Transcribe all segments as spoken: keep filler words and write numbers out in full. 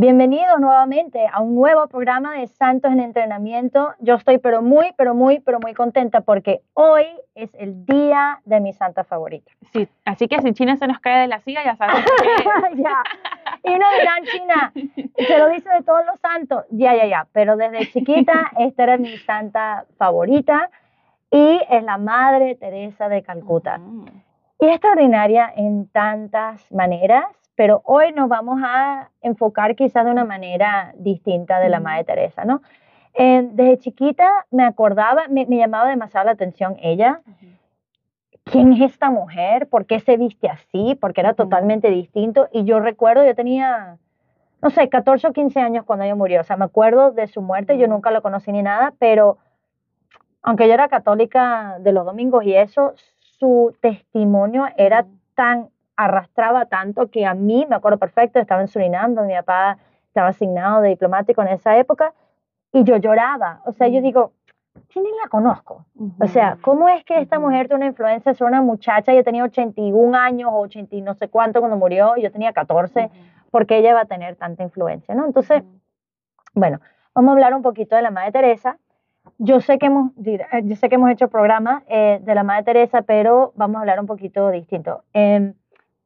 Bienvenidos nuevamente a un nuevo programa de Santos en Entrenamiento. Yo estoy pero muy, pero muy, pero muy contenta porque hoy es el día de mi santa favorita. Sí, así que si China se nos cae de la silla, ya sabes por qué. Ya. Y no dirán, China, se lo dice de todos los santos. Ya, ya, ya. Pero desde chiquita esta era mi santa favorita y es la Madre Teresa de Calcuta. Uh-huh. Y es extraordinaria en tantas maneras, pero hoy nos vamos a enfocar quizás de una manera distinta de la Uh-huh. Madre Teresa, ¿no? Eh, desde chiquita me acordaba, me, me llamaba demasiado la atención ella. Uh-huh. ¿Quién es esta mujer? ¿Por qué se viste así? Porque era Uh-huh. totalmente distinto. Y yo recuerdo, yo tenía, no sé, catorce o quince años cuando ella murió. O sea, me acuerdo de su muerte, Uh-huh. yo nunca la conocí ni nada, pero aunque yo era católica de los domingos y eso, su testimonio era Uh-huh. tan, arrastraba tanto que a mí, me acuerdo perfecto, estaba en Surinam, donde mi papá estaba asignado de diplomático en esa época, y yo lloraba. O sea, Uh-huh. yo digo, ¿quién la conozco? Uh-huh. O sea, ¿cómo es que esta Uh-huh. mujer tiene una influencia sobre una muchacha? Yo tenía ochenta y un años o ochenta y no sé cuánto cuando murió, y yo tenía catorce, Uh-huh. porque ella va a tener tanta influencia, ¿no? Entonces, Uh-huh. bueno, vamos a hablar un poquito de la Madre Teresa. Yo sé que hemos, yo sé que hemos hecho programas eh, de la Madre Teresa, pero vamos a hablar un poquito distinto. Eh,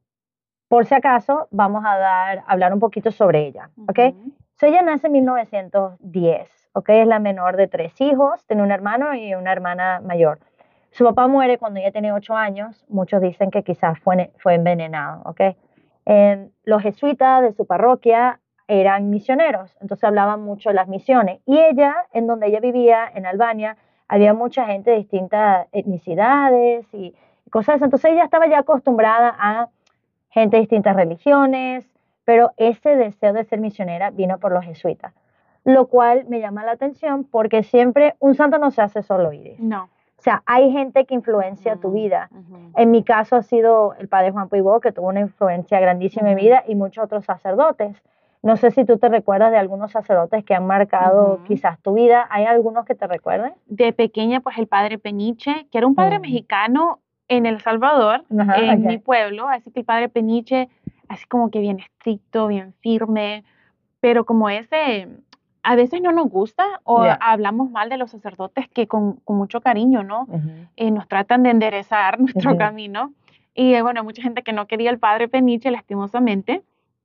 por si acaso, vamos a dar, hablar un poquito sobre ella, ¿ok? Uh-huh. So, ella nace en mil novecientos diez, ¿ok? Es la menor de tres hijos, tiene un hermano y una hermana mayor. Su papá muere cuando ella tiene ocho años, muchos dicen que quizás fue, fue envenenado, ¿ok? Eh, los jesuitas de su parroquia eran misioneros, entonces hablaban mucho de las misiones. Y ella, en donde ella vivía, en Albania, había mucha gente de distintas etnicidades y cosas así. Entonces ella estaba ya acostumbrada a gente de distintas religiones, pero ese deseo de ser misionera vino por los jesuitas, lo cual me llama la atención porque siempre un santo no se hace solo, Iris. No. O sea, hay gente que influencia Uh-huh. tu vida. Uh-huh. En mi caso ha sido el padre Juan Puigó, que tuvo una influencia grandísima Uh-huh. en mi vida, y muchos otros sacerdotes. No sé si tú te recuerdas de algunos sacerdotes que han marcado Uh-huh. quizás tu vida. ¿Hay algunos que te recuerden? De pequeña, pues el padre Peniche, que era un padre Mm. mexicano en El Salvador, Ajá, en ok. mi pueblo, así que el padre Peniche, así como que bien estricto, bien firme, pero como ese, a veces no nos gusta o Yeah. hablamos mal de los sacerdotes que con, con mucho cariño, ¿no? Uh-huh. Eh, nos tratan de enderezar nuestro Uh-huh. camino. Y eh, bueno, mucha gente que no quería al padre Peniche, lastimosamente,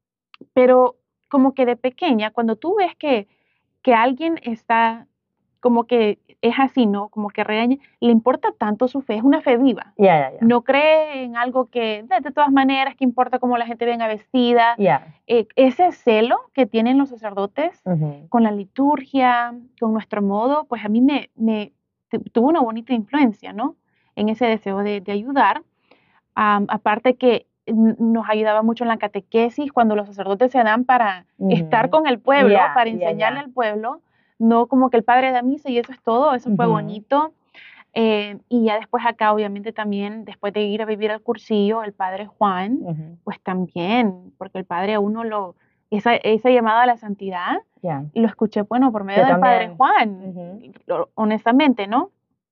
pero como que de pequeña, cuando tú ves que, que alguien está como que es así, ¿no? Como que regaña, le importa tanto su fe, es una fe viva. Yeah, yeah, yeah. No cree en algo que, de, de todas maneras, que importa cómo la gente venga vestida. Yeah. Eh, ese celo que tienen los sacerdotes Uh-huh. con la liturgia, con nuestro modo, pues a mí me, me tuvo una bonita influencia, ¿no? En ese deseo de, de ayudar. Um, aparte que nos ayudaba mucho en la catequesis, cuando los sacerdotes se dan para Uh-huh. estar con el pueblo, Yeah, para yeah, enseñarle yeah. al pueblo, no como que el padre da misa y eso es todo, eso fue Uh-huh. bonito. Eh, y ya después acá, obviamente también, después de ir a vivir al cursillo, el padre Juan, Uh-huh. pues también, porque el padre a uno lo, esa, esa llamada a la santidad, Yeah. lo escuché, bueno, por medio Yo del padre también. Juan, Uh-huh. honestamente, ¿no?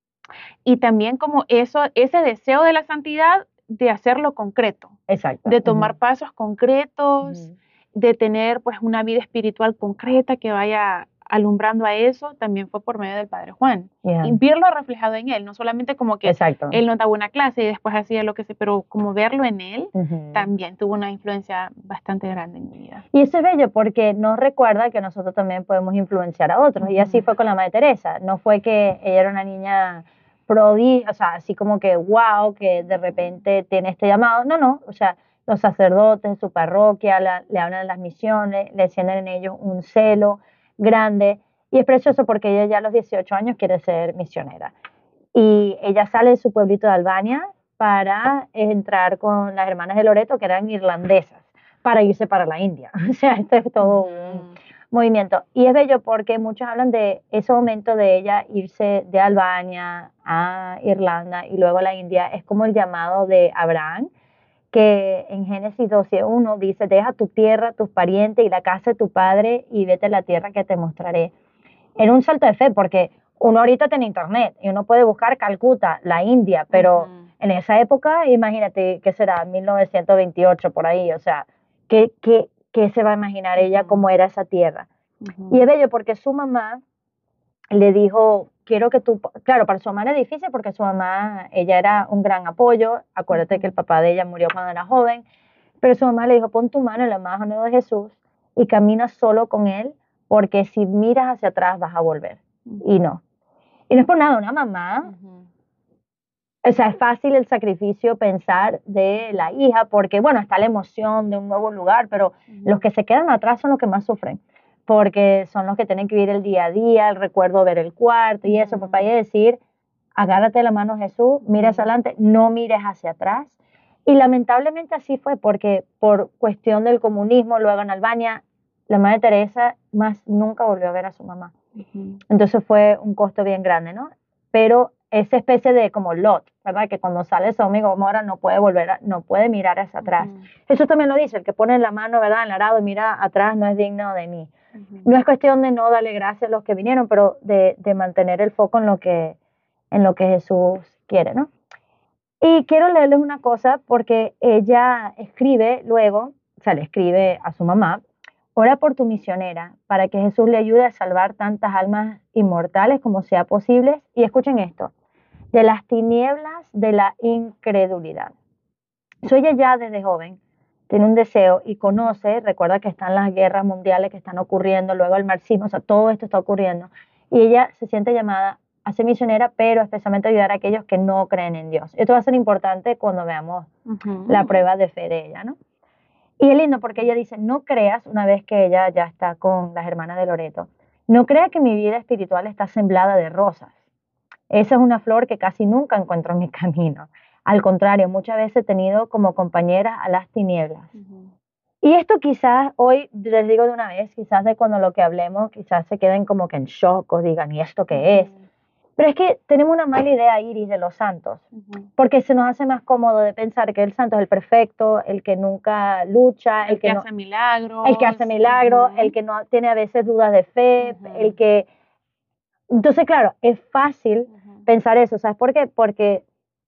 Y también como eso, ese deseo de la santidad, de hacerlo concreto, Exacto. de tomar Uh-huh. pasos concretos, Uh-huh. de tener pues una vida espiritual concreta que vaya alumbrando a eso, también fue por medio del padre Juan. Yeah. Y verlo reflejado en él, no solamente como que Exacto. él nos daba una clase y después hacía lo que sea, pero como verlo en él, Uh-huh. también tuvo una influencia bastante grande en mi vida. Y eso es bello porque nos recuerda que nosotros también podemos influenciar a otros. Uh-huh. Y así fue con la Madre Teresa. No fue que ella era una niña prodigio, o sea, así como que wow, que de repente tiene este llamado. No, no, o sea, los sacerdotes de su parroquia la, le hablan de las misiones, le encienden en ellos un celo grande. Y es precioso porque ella ya a los dieciocho años quiere ser misionera. Y ella sale de su pueblito de Albania para entrar con las hermanas de Loreto, que eran irlandesas, para irse para la India. O sea, esto es todo un movimiento. Y es bello porque muchos hablan de ese momento de ella irse de Albania a Irlanda y luego a la India. Es como el llamado de Abraham, que en Génesis doce uno dice, deja tu tierra, tus parientes y la casa de tu padre y vete a la tierra que te mostraré. Era un salto de fe porque uno ahorita tiene internet y uno puede buscar Calcuta, la India, pero Uh-huh. en esa época, imagínate, ¿qué será? mil novecientos veintiocho por ahí, o sea, ¿qué, qué, ¿qué se va a imaginar ella Ujú. cómo era esa tierra? Ujú. Y es bello porque su mamá le dijo, quiero que tú, claro, para su mamá era difícil porque su mamá, ella era un gran apoyo, acuérdate que el Ujú. papá de ella murió cuando era joven, pero su mamá le dijo, pon tu mano en la mano de Jesús y camina solo con él, porque si miras hacia atrás vas a volver. Y no. Y no es por nada, una mamá, Ujú. o sea, es fácil el sacrificio pensar de la hija, porque bueno, está la emoción de un nuevo lugar, pero los que se quedan atrás son los que más sufren, porque son los que tienen que vivir el día a día, el recuerdo, ver el cuarto y eso, papá, y decir, agárrate la mano Jesús, mira hacia Ujú. adelante, no mires hacia atrás. Y lamentablemente así fue, porque por cuestión del comunismo, luego en Albania, la Madre Teresa más nunca volvió a ver a su mamá. Ujú. Entonces fue un costo bien grande, ¿no? Pero esa especie de como Lot, ¿verdad? Que cuando sale Sodoma y Gomorra no puede volver, a- no puede mirar hacia atrás. Ujú. Jesús también lo dice, el que pone la mano, ¿verdad? En el arado y mira atrás no es digno de mí. Ujú. No es cuestión de no darle gracias a los que vinieron, pero de, de mantener el foco en lo que, en lo que Jesús quiere, ¿no? Y quiero leerles una cosa porque ella escribe luego, o sea, le escribe a su mamá, ora por tu misionera para que Jesús le ayude a salvar tantas almas inmortales como sea posible. Y escuchen esto, de las tinieblas de la incredulidad. So, ella ya desde joven tiene un deseo y conoce, recuerda que están las guerras mundiales que están ocurriendo, luego el marxismo, o sea, todo esto está ocurriendo. Y ella se siente llamada a ser misionera, pero especialmente ayudar a aquellos que no creen en Dios. Esto va a ser importante cuando veamos Ujú. la prueba de fe de ella, ¿no? Y es lindo porque ella dice, no creas, una vez que ella ya está con las hermanas de Loreto, no creas que mi vida espiritual está sembrada de rosas. Esa es una flor que casi nunca encuentro en mi camino. Al contrario, muchas veces he tenido como compañeras a las tinieblas. Ujú. Y esto quizás hoy, les digo de una vez, quizás de cuando lo que hablemos, quizás se queden como que en shock o digan, ¿y esto qué es? Ujú. Pero es que tenemos una mala idea, Iris, de los santos, Ujú. porque se nos hace más cómodo de pensar que el santo es el perfecto, el que nunca lucha, el, El que, que no, hace milagros. el que hace milagros, Ujú. el que no tiene a veces dudas de fe, Ujú. el que... Entonces, claro, es fácil Ujú. pensar eso, ¿sabes por qué? Porque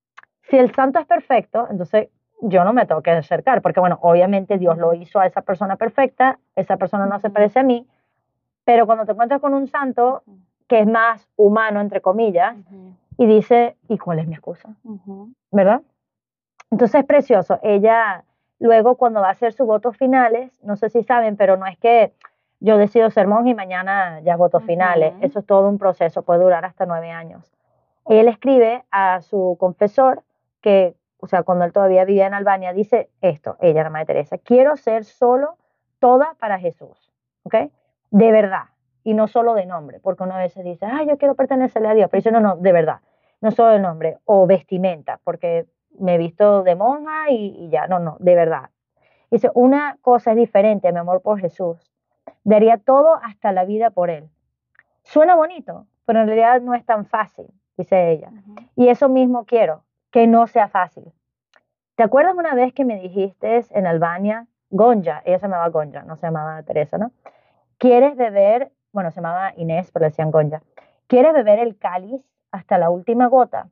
si el santo es perfecto, entonces yo no me tengo que acercar, porque bueno, obviamente Dios lo Ujú. hizo a esa persona perfecta, esa persona no se Ujú. parece a mí, pero cuando te encuentras con un santo Ujú. que es más humano, entre comillas, Ujú. y dice, ¿y cuál es mi excusa? Ujú. ¿Verdad? Entonces es precioso. Ella luego cuando va a hacer sus votos finales, no sé si saben, pero no es que yo decido ser monja y mañana ya votos finales. Ujú. Eso es todo un proceso, puede durar hasta nueve años. Él escribe a su confesor que, o sea, cuando él todavía vivía en Albania, dice esto, ella, la Madre Teresa, quiero ser solo toda para Jesús, ¿ok? De verdad, y no solo de nombre, porque uno a veces dice, ah, yo quiero pertenecerle a Dios, pero dice, no, no, de verdad, no solo de nombre, o vestimenta, porque me he visto de monja y, y ya, no, no, de verdad. Dice, una cosa es diferente, mi amor por Jesús, daría todo hasta la vida por él. Suena bonito, pero en realidad no es tan fácil, dice ella. Ujú. Y eso mismo quiero, que no sea fácil. ¿Te acuerdas una vez que me dijiste en Albania, Gonja, ella se llamaba Gonja, no se llamaba Teresa, ¿no? ¿Quieres beber, bueno, se llamaba Inés, pero le decían Gonja, ¿quieres beber el cáliz hasta la última gota?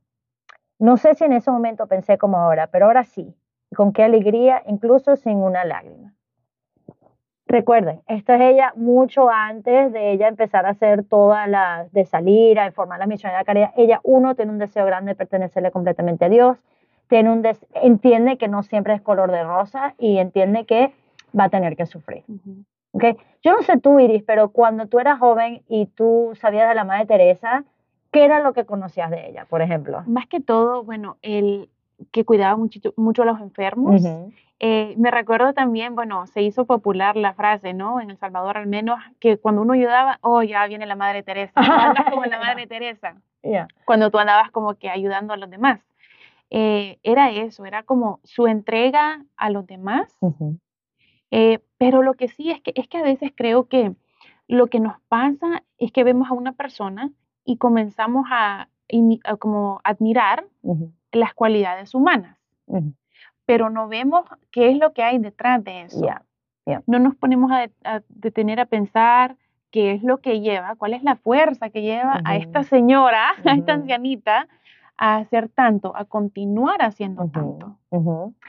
No sé si en ese momento pensé como ahora, pero ahora sí. Con qué alegría, incluso sin una lágrima. Recuerden, esto es ella mucho antes de ella empezar a hacer todas las, de salir a informar las misiones de la caridad. Ella, uno, tiene un deseo grande de pertenecerle completamente a Dios, tiene un des entiende que no siempre es color de rosa y entiende que va a tener que sufrir. Ujú. ¿Okay? Yo no sé tú, Iris, pero cuando tú eras joven y tú sabías de la Madre Teresa, ¿qué era lo que conocías de ella, por ejemplo? Más que todo, bueno, el que cuidaba muchito- mucho a los enfermos. Ujú. Eh, me recuerdo también, bueno, se hizo popular la frase, ¿no? En El Salvador al menos, que cuando uno ayudaba, oh, ya viene la Madre Teresa, ¿no? Andas como la Madre Teresa, Yeah. cuando tú andabas como que ayudando a los demás. Eh, era eso, era como su entrega a los demás. Ujú. Eh, pero lo que sí es que, es que a veces creo que lo que nos pasa es que vemos a una persona y comenzamos a, imi- a como admirar Ujú. las cualidades humanas, Ujú. pero no vemos qué es lo que hay detrás de eso. Yeah. Yeah. No nos ponemos a, de- a detener a pensar qué es lo que lleva, cuál es la fuerza que lleva a esta Ujú. señora, a esta Ujú. ancianita, a hacer tanto, a continuar haciendo Ujú. tanto. Ujú.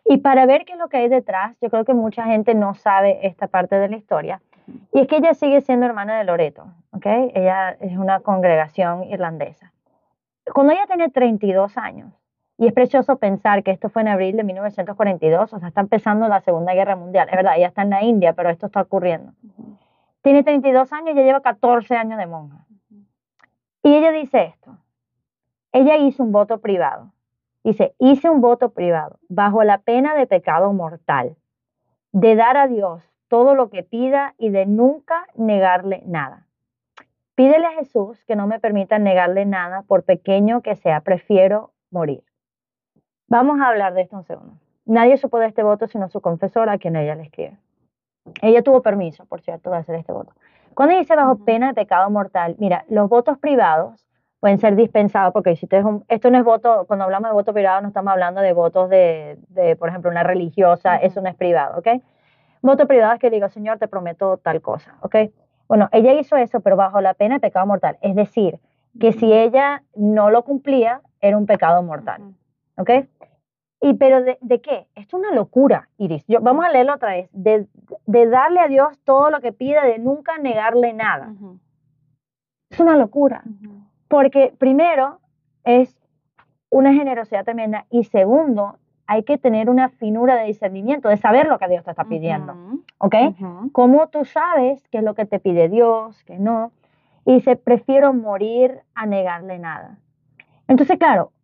Y para ver qué es lo que hay detrás, yo creo que mucha gente no sabe esta parte de la historia. Y es que ella sigue siendo hermana de Loreto, ¿ok? Ella es una congregación irlandesa. Cuando ella tiene treinta y dos años, y es precioso pensar que esto fue en abril de mil novecientos cuarenta y dos, o sea, está empezando la Segunda Guerra Mundial. Es verdad, ella está en la India, pero esto está ocurriendo. Uh-huh. Tiene treinta y dos años y ya lleva catorce años de monja. Uh-huh. Y ella dice esto. Ella hizo un voto privado. Dice, hice un voto privado bajo la pena de pecado mortal, de dar a Dios todo lo que pida y de nunca negarle nada. Pídele a Jesús que no me permita negarle nada, por pequeño que sea, prefiero morir. Vamos a hablar de esto un segundo. Nadie supo de este voto sino su confesora, a quien ella le escribe. Ella tuvo permiso, por cierto, de hacer este voto. Cuando dice bajo uh-huh. pena de pecado mortal, mira, los votos privados pueden ser dispensados, porque si es un, esto no es voto, cuando hablamos de voto privado no estamos hablando de votos de, de por ejemplo, una religiosa, uh-huh. eso no es privado, ¿ok? Voto privado es que digo, Señor, te prometo tal cosa, ¿ok? Bueno, ella hizo eso, pero bajo la pena de pecado mortal. Es decir, que uh-huh. si ella no lo cumplía, era un pecado mortal, ¿ok? ¿Y pero de, de qué? Esto es una locura, Iris. Yo, vamos a leerlo otra vez. De, de darle a Dios todo lo que pida, de nunca negarle nada. Uh-huh. Es una locura. Uh-huh. Porque primero, es una generosidad tremenda. Y segundo, hay que tener una finura de discernimiento, de saber lo que Dios te está pidiendo. Uh-huh. ¿Ok? Uh-huh. ¿Cómo tú sabes qué es lo que te pide Dios, qué no? Y dice, prefiero morir a negarle nada. Entonces, claro,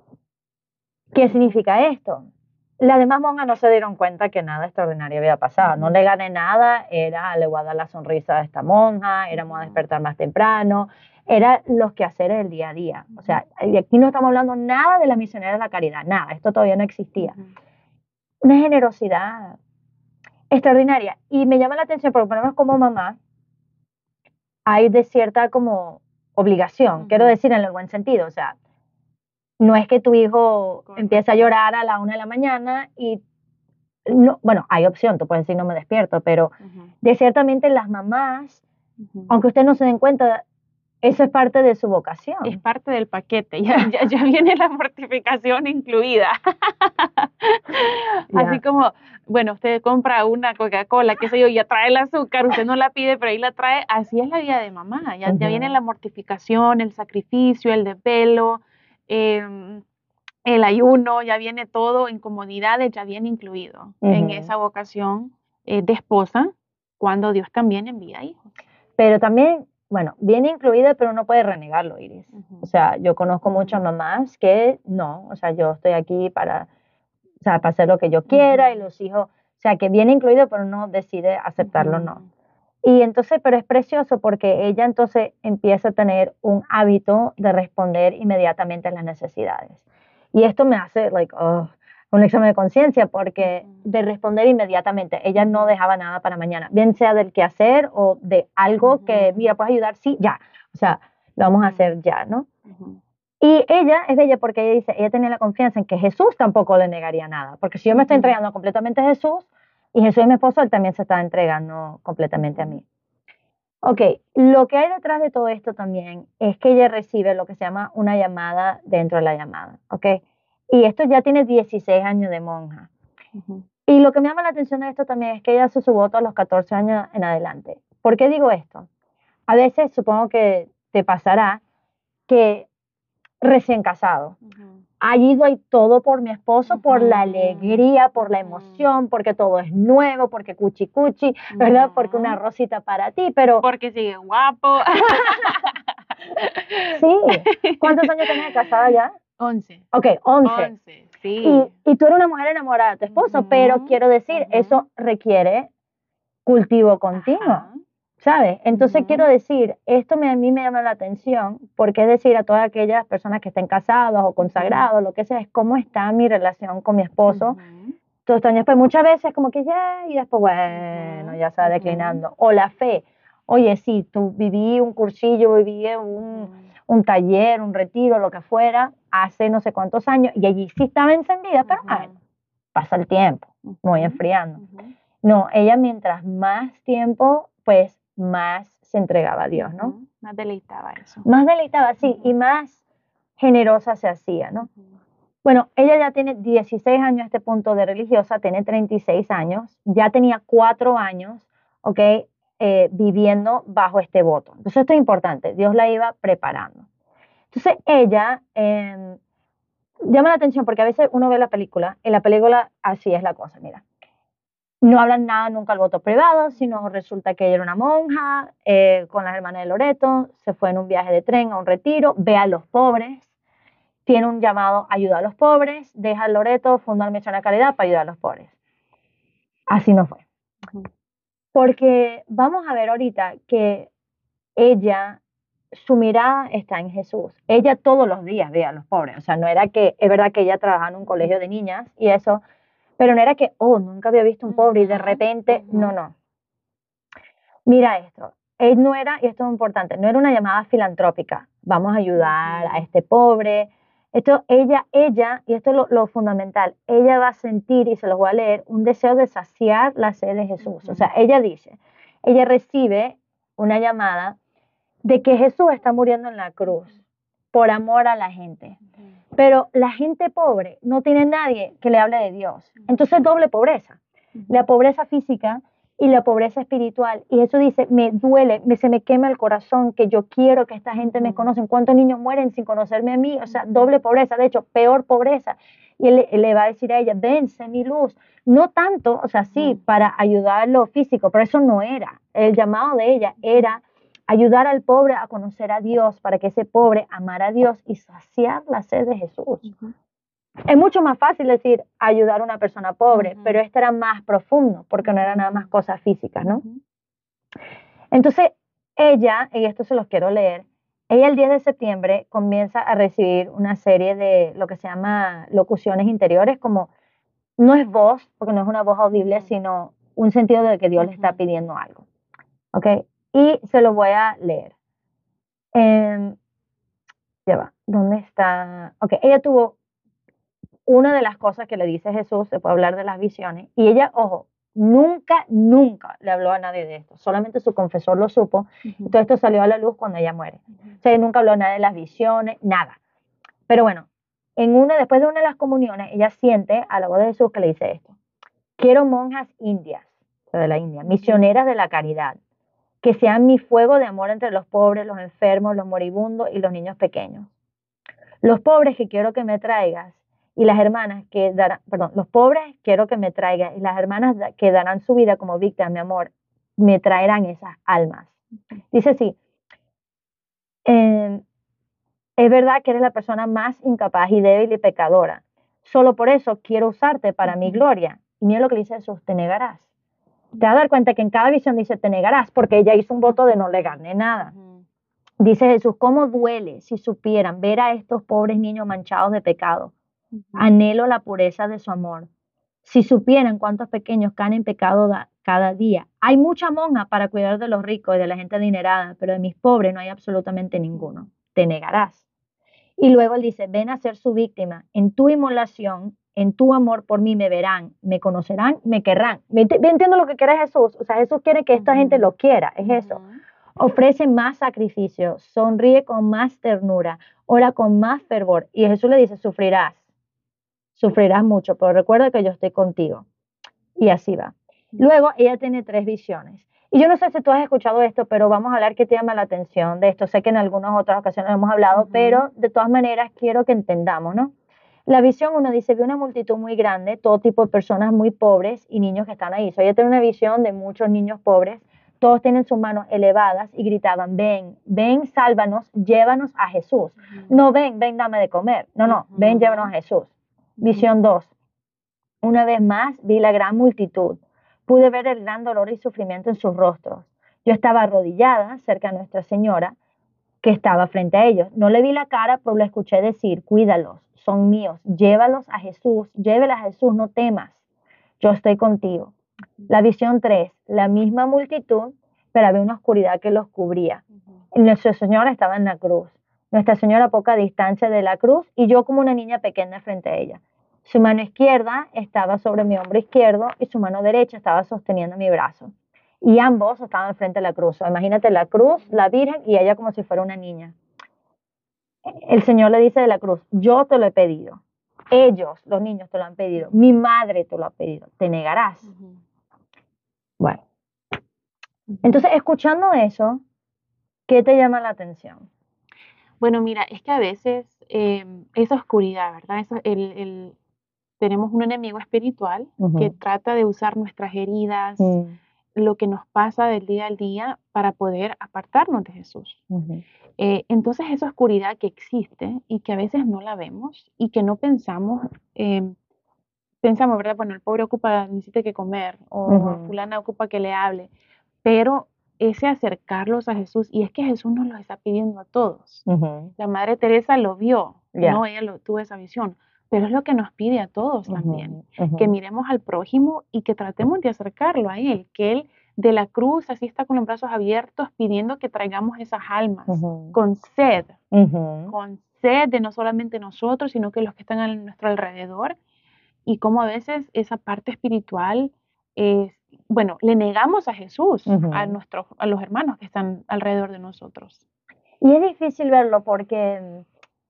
¿qué significa esto? Las demás monjas no se dieron cuenta que nada extraordinario había pasado. No le gané nada, era le voy a dar la sonrisa a esta monja, era vamos a despertar más temprano, era los quehaceres del día a día. O sea, aquí no estamos hablando nada de las misioneras de la caridad, nada, esto todavía no existía. Una generosidad extraordinaria. Y me llama la atención, porque por lo menos como mamá, hay de cierta como obligación, uh-huh. quiero decir en el buen sentido, o sea, no es que tu hijo Correcto. Empiece a llorar a la una de la mañana y, no, bueno, hay opción, tú puedes decir no me despierto, pero uh-huh. de ciertamente las mamás, uh-huh. aunque ustedes no se den cuenta, eso es parte de su vocación. Es parte del paquete, ya, ya, ya viene la mortificación incluida. Yeah. Así como, bueno, usted compra una Coca-Cola, qué sé yo, ya trae el azúcar, usted no la pide, pero ahí la trae, así es la vida de mamá, ya, uh-huh. ya viene la mortificación, el sacrificio, el desvelo, Eh, el ayuno, ya viene todo, incomodidades, ya viene incluido uh-huh. en esa vocación eh, de esposa, cuando Dios también envía hijos. Pero también, bueno, viene incluido, pero uno puede renegarlo, Iris. Uh-huh. O sea, yo conozco muchas mamás que no, o sea, yo estoy aquí para, o sea, para hacer lo que yo quiera uh-huh. y los hijos, o sea, que viene incluido, pero uno decide aceptarlo o uh-huh. no. Y entonces, pero es precioso porque ella entonces empieza a tener un hábito de responder inmediatamente a las necesidades. Y esto me hace, like, oh, un examen de conciencia porque de responder inmediatamente, ella no dejaba nada para mañana, bien sea del quehacer o de algo uh-huh. que, mira, puedes ayudar, sí, ya. O sea, lo vamos a hacer ya, ¿no? Uh-huh. Y ella es bella porque ella dice, ella tenía la confianza en que Jesús tampoco le negaría nada. Porque si yo me estoy entregando completamente a Jesús, y Jesús es mi esposo, él también se está entregando completamente a mí. Ok, lo que hay detrás de todo esto también es que ella recibe lo que se llama una llamada dentro de la llamada, ok. Y esto ya tiene dieciséis años de monja. Uh-huh. Y lo que me llama la atención de esto también es que ella hace su voto a los catorce años en adelante. ¿Por qué digo esto? A veces supongo que te pasará que recién casado, uh-huh. allí doy todo por mi esposo, uh-huh. por la alegría, por la emoción, porque todo es nuevo, porque cuchi cuchi, ¿verdad? Uh-huh. Porque una rosita para ti, pero... Porque sigue guapo. Sí. ¿Cuántos años tenés de casada ya? Once. Ok, once. Once, sí. Y, y tú eres una mujer enamorada de tu esposo, uh-huh. pero quiero decir, uh-huh. eso requiere cultivo continuo. Uh-huh. ¿Sabes? Entonces uh-huh. quiero decir, esto me, a mí me llama la atención, porque es decir, a todas aquellas personas que estén casadas o consagrados, uh-huh. lo que sea, es cómo está mi relación con mi esposo. Uh-huh. Todos estos años, pues muchas veces como que ya, y después, bueno, uh-huh. ya se va declinando. Uh-huh. O la fe. Oye, sí, tú viví un cursillo, viví un, uh-huh. un taller, un retiro, lo que fuera, hace no sé cuántos años, y allí sí estaba encendida, pero uh-huh. bueno, pasa el tiempo, uh-huh. voy enfriando. Uh-huh. No, ella mientras más tiempo, pues, más se entregaba a Dios, ¿no? Uh-huh. Más deleitaba eso. Más deleitaba, sí, uh-huh. y más generosa se hacía, ¿no? Uh-huh. Bueno, ella ya tiene dieciséis años a este punto de religiosa, tiene treinta y seis años, ya tenía cuatro años, ¿ok? Eh, viviendo bajo este voto. Entonces esto es importante, Dios la iba preparando. Entonces ella eh, llama la atención porque a veces uno ve la película, y la película así es la cosa, mira. No hablan nada nunca al voto privado, sino resulta que ella era una monja eh, con las hermanas de Loreto, se fue en un viaje de tren a un retiro, ve a los pobres, tiene un llamado a ayudar a los pobres, deja a Loreto, funda una misión de caridad para ayudar a los pobres. Así no fue. Porque vamos a ver ahorita que ella, su mirada está en Jesús. Ella todos los días ve a los pobres. O sea, no era que, es verdad que ella trabajaba en un colegio de niñas y eso, pero no era que, oh, nunca había visto un pobre y de repente, no, no. Mira esto, él no era, y esto es importante, no era una llamada filantrópica, vamos a ayudar a este pobre. Esto, ella, ella, y esto es lo, lo fundamental, ella va a sentir, y se los voy a leer, un deseo de saciar la sed de Jesús. O sea, ella dice, ella recibe una llamada de que Jesús está muriendo en la cruz por amor a la gente. Pero la gente pobre no tiene nadie que le hable de Dios. Entonces doble pobreza, la pobreza física y la pobreza espiritual. Y eso dice, me duele, me, se me quema el corazón que yo quiero que esta gente me conozca. ¿Cuántos niños mueren sin conocerme a mí? O sea, doble pobreza, de hecho, peor pobreza. Y él, él le va a decir a ella, ven, sé mi luz. No tanto, o sea, sí, para ayudar lo físico, pero eso no era. El llamado de ella era ayudar al pobre a conocer a Dios, para que ese pobre amara a Dios y saciar la sed de Jesús. Uh-huh. Es mucho más fácil decir ayudar a una persona pobre, uh-huh. pero este era más profundo, porque no era nada más cosas físicas, ¿no? Uh-huh. Entonces, ella, y esto se los quiero leer, ella el diez de septiembre comienza a recibir una serie de lo que se llama locuciones interiores, como no es voz, porque no es una voz audible, sino un sentido de que Dios uh-huh. le está pidiendo algo, ¿ok? Y se lo voy a leer. Eh, ya va, ¿dónde está? Ok, ella tuvo una de las cosas que le dice Jesús, se puede hablar de las visiones, y ella, ojo, nunca, nunca le habló a nadie de esto, solamente su confesor lo supo, uh-huh. y todo esto salió a la luz cuando ella muere. Uh-huh. O sea, ella nunca habló a nadie de las visiones, nada. Pero bueno, en una, después de una de las comuniones, ella siente a la voz de Jesús que le dice esto: quiero monjas indias, o sea, de la India, misioneras de la caridad, que sean mi fuego de amor entre los pobres, los enfermos, los moribundos y los niños pequeños. Los pobres que quiero que me traigas y las hermanas que darán, perdón, los pobres quiero que me traigas y las hermanas que darán su vida como víctima, mi amor, me traerán esas almas. Dice así, eh, es verdad que eres la persona más incapaz y débil y pecadora. Solo por eso quiero usarte para mi gloria. Y mira lo que dice Jesús, te negarás. Te vas a dar cuenta que en cada visión dice te negarás, porque ella hizo un voto de no negarle nada. Uh-huh. Dice Jesús, ¿cómo duele si supieran ver a estos pobres niños manchados de pecado? Uh-huh. Anhelo la pureza de su amor. Si supieran cuántos pequeños caen en pecado da, cada día. Hay mucha monja para cuidar de los ricos y de la gente adinerada, pero de mis pobres no hay absolutamente ninguno. Te negarás. Y luego él dice, ven a ser su víctima. En tu inmolación, en tu amor por mí me verán, me conocerán, me querrán. ¿Me entiendo lo que quiere Jesús? O sea, Jesús quiere que esta uh-huh. gente lo quiera, es uh-huh. eso. Ofrece más sacrificio, sonríe con más ternura, ora con más fervor. Y Jesús le dice, sufrirás, sufrirás mucho, pero recuerda que yo estoy contigo. Y así va. Luego ella tiene tres visiones. Y yo no sé si tú has escuchado esto, pero vamos a hablar qué te llama la atención de esto. Sé que en algunas otras ocasiones hemos hablado, uh-huh. pero de todas maneras quiero que entendamos, ¿no? La visión, uno dice, vi una multitud muy grande, todo tipo de personas muy pobres y niños que están ahí. So, ella tiene una visión de muchos niños pobres, todos tienen sus manos elevadas y gritaban, ven, ven, sálvanos, llévanos a Jesús. Uh-huh. No, ven, ven, dame de comer. No, no, uh-huh. ven, llévanos a Jesús. Uh-huh. Visión dos. Una vez más vi la gran multitud. Pude ver el gran dolor y sufrimiento en sus rostros. Yo estaba arrodillada cerca de Nuestra Señora, que estaba frente a ellos. No le vi la cara, pero lo escuché decir, cuídalos, son míos, llévalos a Jesús, llévelos a Jesús, no temas, yo estoy contigo. La visión tres, la misma multitud, pero había una oscuridad que los cubría. Nuestra Señora estaba en la cruz, Nuestra Señora a poca distancia de la cruz y yo como una niña pequeña frente a ella. Su mano izquierda estaba sobre mi hombro izquierdo y su mano derecha estaba sosteniendo mi brazo. Y ambos estaban al frente de la cruz. O imagínate la cruz, la Virgen y ella como si fuera una niña. El Señor le dice de la cruz, yo te lo he pedido. ellos, los niños, te lo han pedido, mi madre te lo ha pedido, ¿te negarás? Ujú, Bueno, ujú. entonces escuchando eso, ¿qué te llama la atención? Bueno, mira, es que a veces em, esa oscuridad, ¿verdad? Eso, el, el- tenemos un enemigo espiritual que Ujú, trata de usar nuestras heridas, mm, lo que nos pasa del día al día para poder apartarnos de Jesús. ujú, Eh, entonces esa oscuridad que existe y que a veces no la vemos y que no pensamos, em, pensamos, ¿verdad? Bueno, el pobre ocupa, necesita que comer o ujú, fulana ocupa que le hable, pero ese acercarlos a Jesús, y es que Jesús nos los está pidiendo a todos. ujú, La Madre Teresa lo vio, ya, ¿no? Ella lo, tuvo esa visión, pero es lo que nos pide a todos también, ujú, ujú, que miremos al prójimo y que tratemos de acercarlo a Él, que Él de la cruz así está con los brazos abiertos pidiendo que traigamos esas almas ujú, con sed, ujú. con sed de no solamente nosotros, sino que los que están a nuestro alrededor, y cómo a veces esa parte espiritual es, bueno, le negamos a Jesús, a Ujú. nuestros, a los hermanos que están alrededor de nosotros. Y es difícil verlo porque,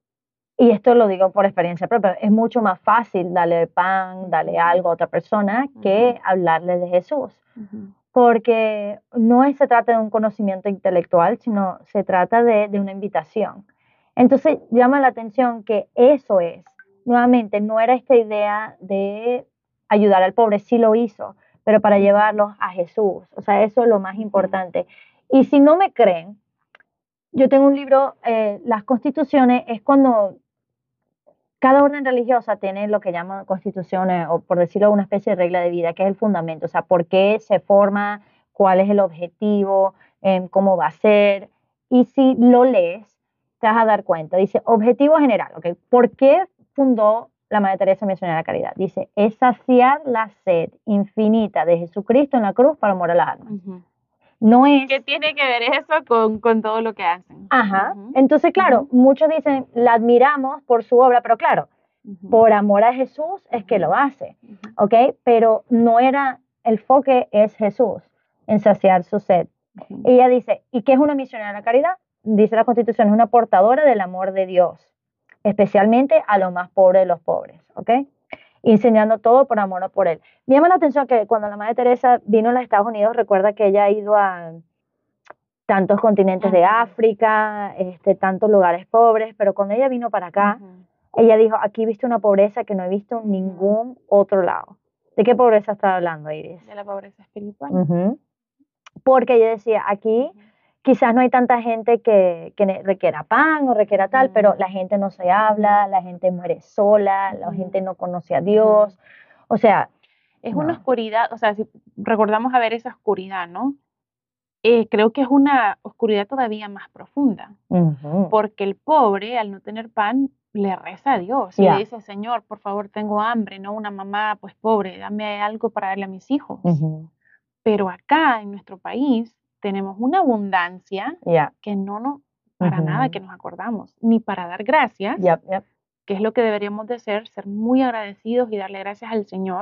y esto lo digo por experiencia propia, es mucho más fácil darle pan, darle Ujú, algo a otra persona ujú, que hablarle de Jesús. ujú, Porque no es- se trata de un conocimiento intelectual, sino se trata de, de una invitación. Entonces llama la atención que eso es, nuevamente, no era esta idea de ayudar al pobre, sí lo hizo, pero para ujú, llevarlos a Jesús. O sea, eso es lo más ujú, importante. Y si no me creen, yo tengo un libro, eh, Las Constituciones, es cuando cada orden religiosa tiene lo que llaman constituciones, o por decirlo, una especie de regla de vida, que es el fundamento, o sea, por qué se forma, cuál es el objetivo, em, cómo va a ser. Y si lo lees, te vas a dar cuenta. Dice, objetivo general, ¿ok? ¿Por qué fundó la Madre Teresa Misionera de la Caridad? Dice, es saciar la sed infinita de Jesucristo en la cruz para amor a las almas. ujú. No es, ¿Qué tiene que ver eso con, con todo lo que hacen? ajá. Ujú, Entonces, claro, ujú, muchos dicen, la admiramos por su obra, pero claro, ujú, por amor a Jesús es que lo ujú, hace, ujú, ¿ok? Pero no era, el enfoque es Jesús en saciar su sed. ujú, Ella dice, ¿y qué es una misionera de la caridad? Dice la Constitución, es una portadora del amor de Dios, especialmente a los más pobres de los pobres, ¿ok? Enseñando todo por amor o por Él. Me llama la atención que cuando la Madre Teresa vino a los Estados Unidos, recuerda que ella ha ido a tantos continentes de ujú, África, este, tantos lugares pobres, pero cuando ella vino para acá, ujú, ella dijo, aquí he visto una pobreza que no he visto en ujú. ningún otro lado. ¿De qué pobreza está hablando, Iris? De la pobreza espiritual. Ujú. Porque ella decía, aquí Ujú, quizás no hay tanta gente que, que ne- requiera pan o requiera tal, pero ujú, la gente no se habla, la gente muere sola, la ujú, gente no conoce a ujú. Dios. O sea, Es una no. oscuridad, o sea, si recordamos a ver esa oscuridad, ¿no? Eh, creo que es una oscuridad todavía más profunda, Ujú. porque el pobre, al no tener pan, le reza a Dios y le Ya. dice, Señor, por favor, tengo hambre, ¿no? Una mamá, pues pobre, dame algo para darle a mis hijos. Ujú. Pero acá en nuestro país tenemos una abundancia Ya. que no nos, para nada Ujú. que nos acordamos, ni para dar gracias, Yep, yep. que es lo que deberíamos de ser, ser muy agradecidos y darle gracias al Señor,